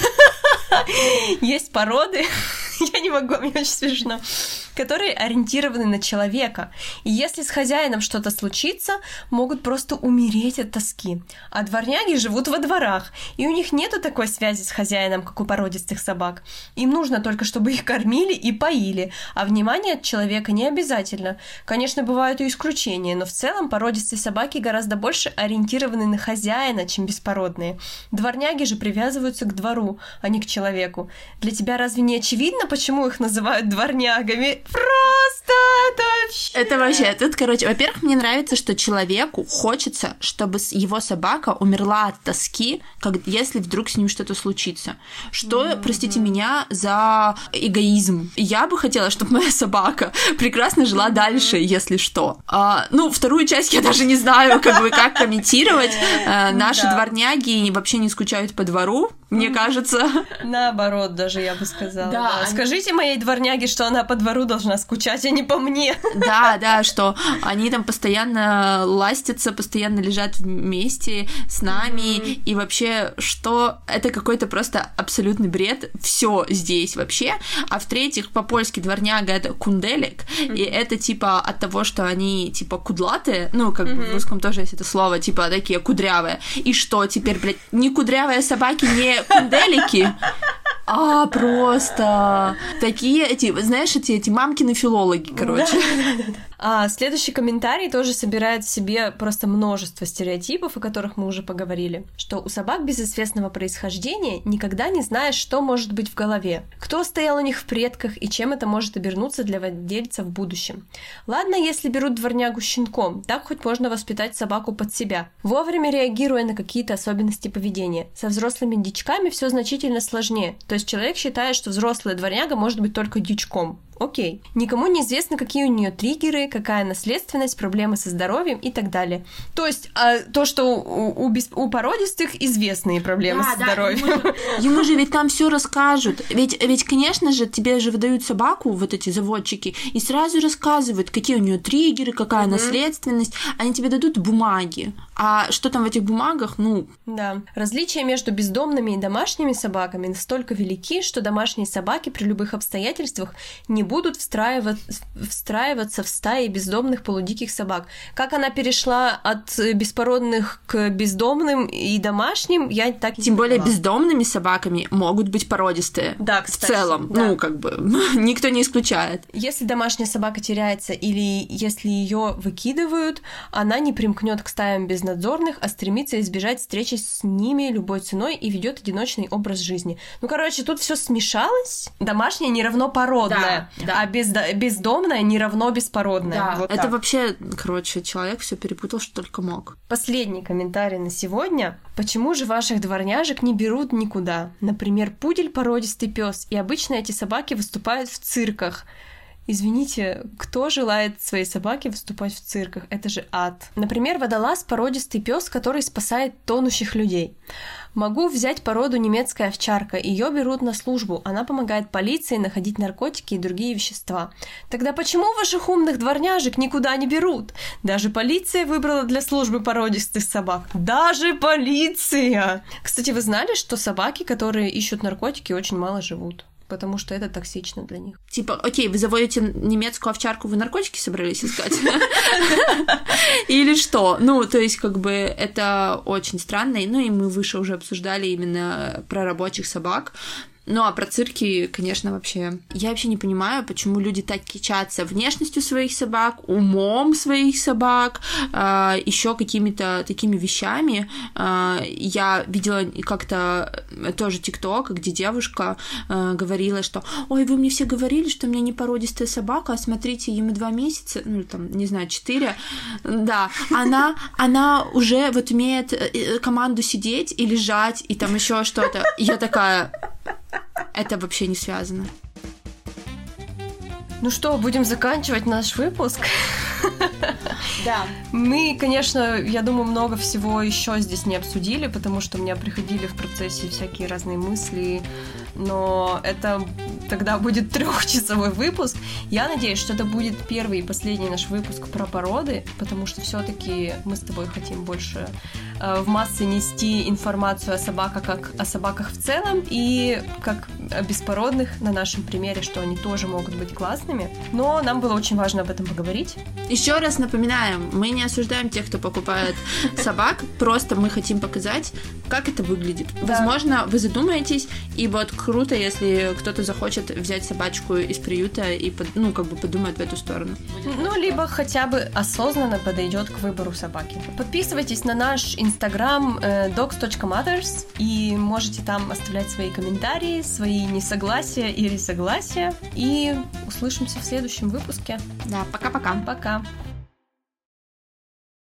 Есть породы, я не могу, мне очень смешно, которые ориентированы на человека. И если с хозяином что-то случится, могут просто умереть от тоски. А дворняги живут во дворах, и у них нету такой связи с хозяином, как у породистых собак. Им нужно только, чтобы их кормили и поили, а внимание от человека не обязательно. Конечно, бывают и исключения, но в целом породистые собаки гораздо больше ориентированы на хозяина, чем беспородные. Дворняги же привязываются к двору, а не к человеку. Для тебя разве не очевидно, почему их называют дворнягами? Просто это вообще... Это вообще, тут, короче, во-первых, мне нравится, что человеку хочется, чтобы его собака умерла от тоски, как, если вдруг с ним что-то случится. Что, mm-hmm. простите меня, за эгоизм. Я бы хотела, чтобы моя собака прекрасно жила mm-hmm. дальше, если что. А, ну, вторую часть я даже не знаю, как бы, как комментировать. А, наши да. дворняги вообще не скучают по двору, мне кажется. Наоборот, даже я бы сказала. Да, да. они... Скажите моей дворняге, что она по двору должна скучать, а не по мне. Да, да, что они там постоянно ластятся, постоянно лежат вместе с нами, mm-hmm. и вообще, что это какой-то просто абсолютный бред, все здесь вообще. А в-третьих, по-польски дворняга — это кунделик, mm-hmm. и это типа от того, что они типа кудлатые, ну, как mm-hmm. бы в русском тоже есть это слово, типа такие кудрявые. И что теперь, блядь, не кудрявые собаки, не кунделики? А, просто такие эти, знаешь, эти, эти мамкины филологи, короче. А следующий комментарий тоже собирает в себе просто множество стереотипов, о которых мы уже поговорили, что у собак безызвестного происхождения никогда не знаешь, что может быть в голове, кто стоял у них в предках и чем это может обернуться для владельца в будущем. Ладно, если берут дворнягу щенком, так хоть можно воспитать собаку под себя, вовремя реагируя на какие-то особенности поведения. Со взрослыми дичками все значительно сложнее, то есть человек считает, что взрослая дворняга может быть только дичком. Окей. Никому не известно, какие у нее триггеры, какая наследственность, проблемы со здоровьем и так далее. То есть а, то, что у, у, бес, у породистых известные проблемы да, со да, здоровьем. Ему же, ему же ведь там все расскажут. Ведь, ведь, конечно же, тебе же выдают собаку, вот эти заводчики, и сразу рассказывают, какие у нее триггеры, какая mm-hmm. наследственность. Они тебе дадут бумаги. А что там в этих бумагах, ну... Да. Различия между бездомными и домашними собаками настолько велики, что домашние собаки при любых обстоятельствах не будут встраиваться, встраиваться в стаи бездомных полудиких собак. Как она перешла от беспородных к бездомным и домашним, я так и не Тем более поняла. Бездомными собаками могут быть породистые. Да, кстати. В целом, да. ну, как бы, никто не исключает. Если домашняя собака теряется или если ее выкидывают, она не примкнет к стаям безнадзорных, а стремится избежать встречи с ними любой ценой и ведет одиночный образ жизни. Ну, короче, тут все смешалось. Домашняя не равно породная. Да. Да. А бездо- бездомная не равно беспородная. Да, вот это так. Вообще, короче, человек все перепутал, что только мог. Последний комментарий на сегодня. Почему же ваших дворняжек не берут никуда? Например, пудель — породистый пес, и обычно эти собаки выступают в цирках. Извините, кто желает своей собаке выступать в цирках? Это же ад. Например, водолаз — породистый пес, который спасает тонущих людей. Могу взять породу немецкая овчарка, ее берут на службу, она помогает полиции находить наркотики и другие вещества. Тогда почему ваших умных дворняжек никуда не берут? Даже полиция выбрала для службы породистых собак. Даже полиция! Кстати, вы знали, что собаки, которые ищут наркотики, очень мало живут? Потому что это токсично для них. Типа, окей, вы заводите немецкую овчарку, вы наркотики собрались искать? Или что? Ну, то есть, как бы, это очень странно. Ну, и мы выше уже обсуждали именно про рабочих собак. Ну, а про цирки, конечно, вообще... Я вообще не понимаю, почему люди так кичатся внешностью своих собак, умом своих собак, э, еще какими-то такими вещами. Э, я видела как-то тоже ТикТок, где девушка э, говорила, что «Ой, вы мне все говорили, что у меня не породистая собака, а смотрите, ему два месяца, ну, там, не знаю, четыре». Да, она, она уже вот умеет команду сидеть и лежать, и там еще что-то. Я такая... Это вообще не связано. Ну что, будем заканчивать наш выпуск? Да. Мы, конечно, я думаю, много всего еще здесь не обсудили, потому что у меня приходили в процессе всякие разные мысли, но это тогда будет трехчасовой выпуск. Я надеюсь, что это будет первый и последний наш выпуск про породы, потому что все-таки мы с тобой хотим больше э, в массы нести информацию о собаках, как о собаках в целом, и как о беспородных на нашем примере, что они тоже могут быть классными. Но нам было очень важно об этом поговорить. Еще раз напоминаем, мы не осуждаем тех, кто покупает собак, просто мы хотим показать, как это выглядит. Да. Возможно, вы задумаетесь, и вот круто, если кто-то захочет взять собачку из приюта и, ну, как бы подумает в эту сторону. Ну, либо хотя бы осознанно подойдет к выбору собаки. Подписывайтесь на наш инстаграм dogs точка mothers и можете там оставлять свои комментарии, свои свои несогласия или согласия. И услышимся в следующем выпуске. Да, пока-пока. Пока.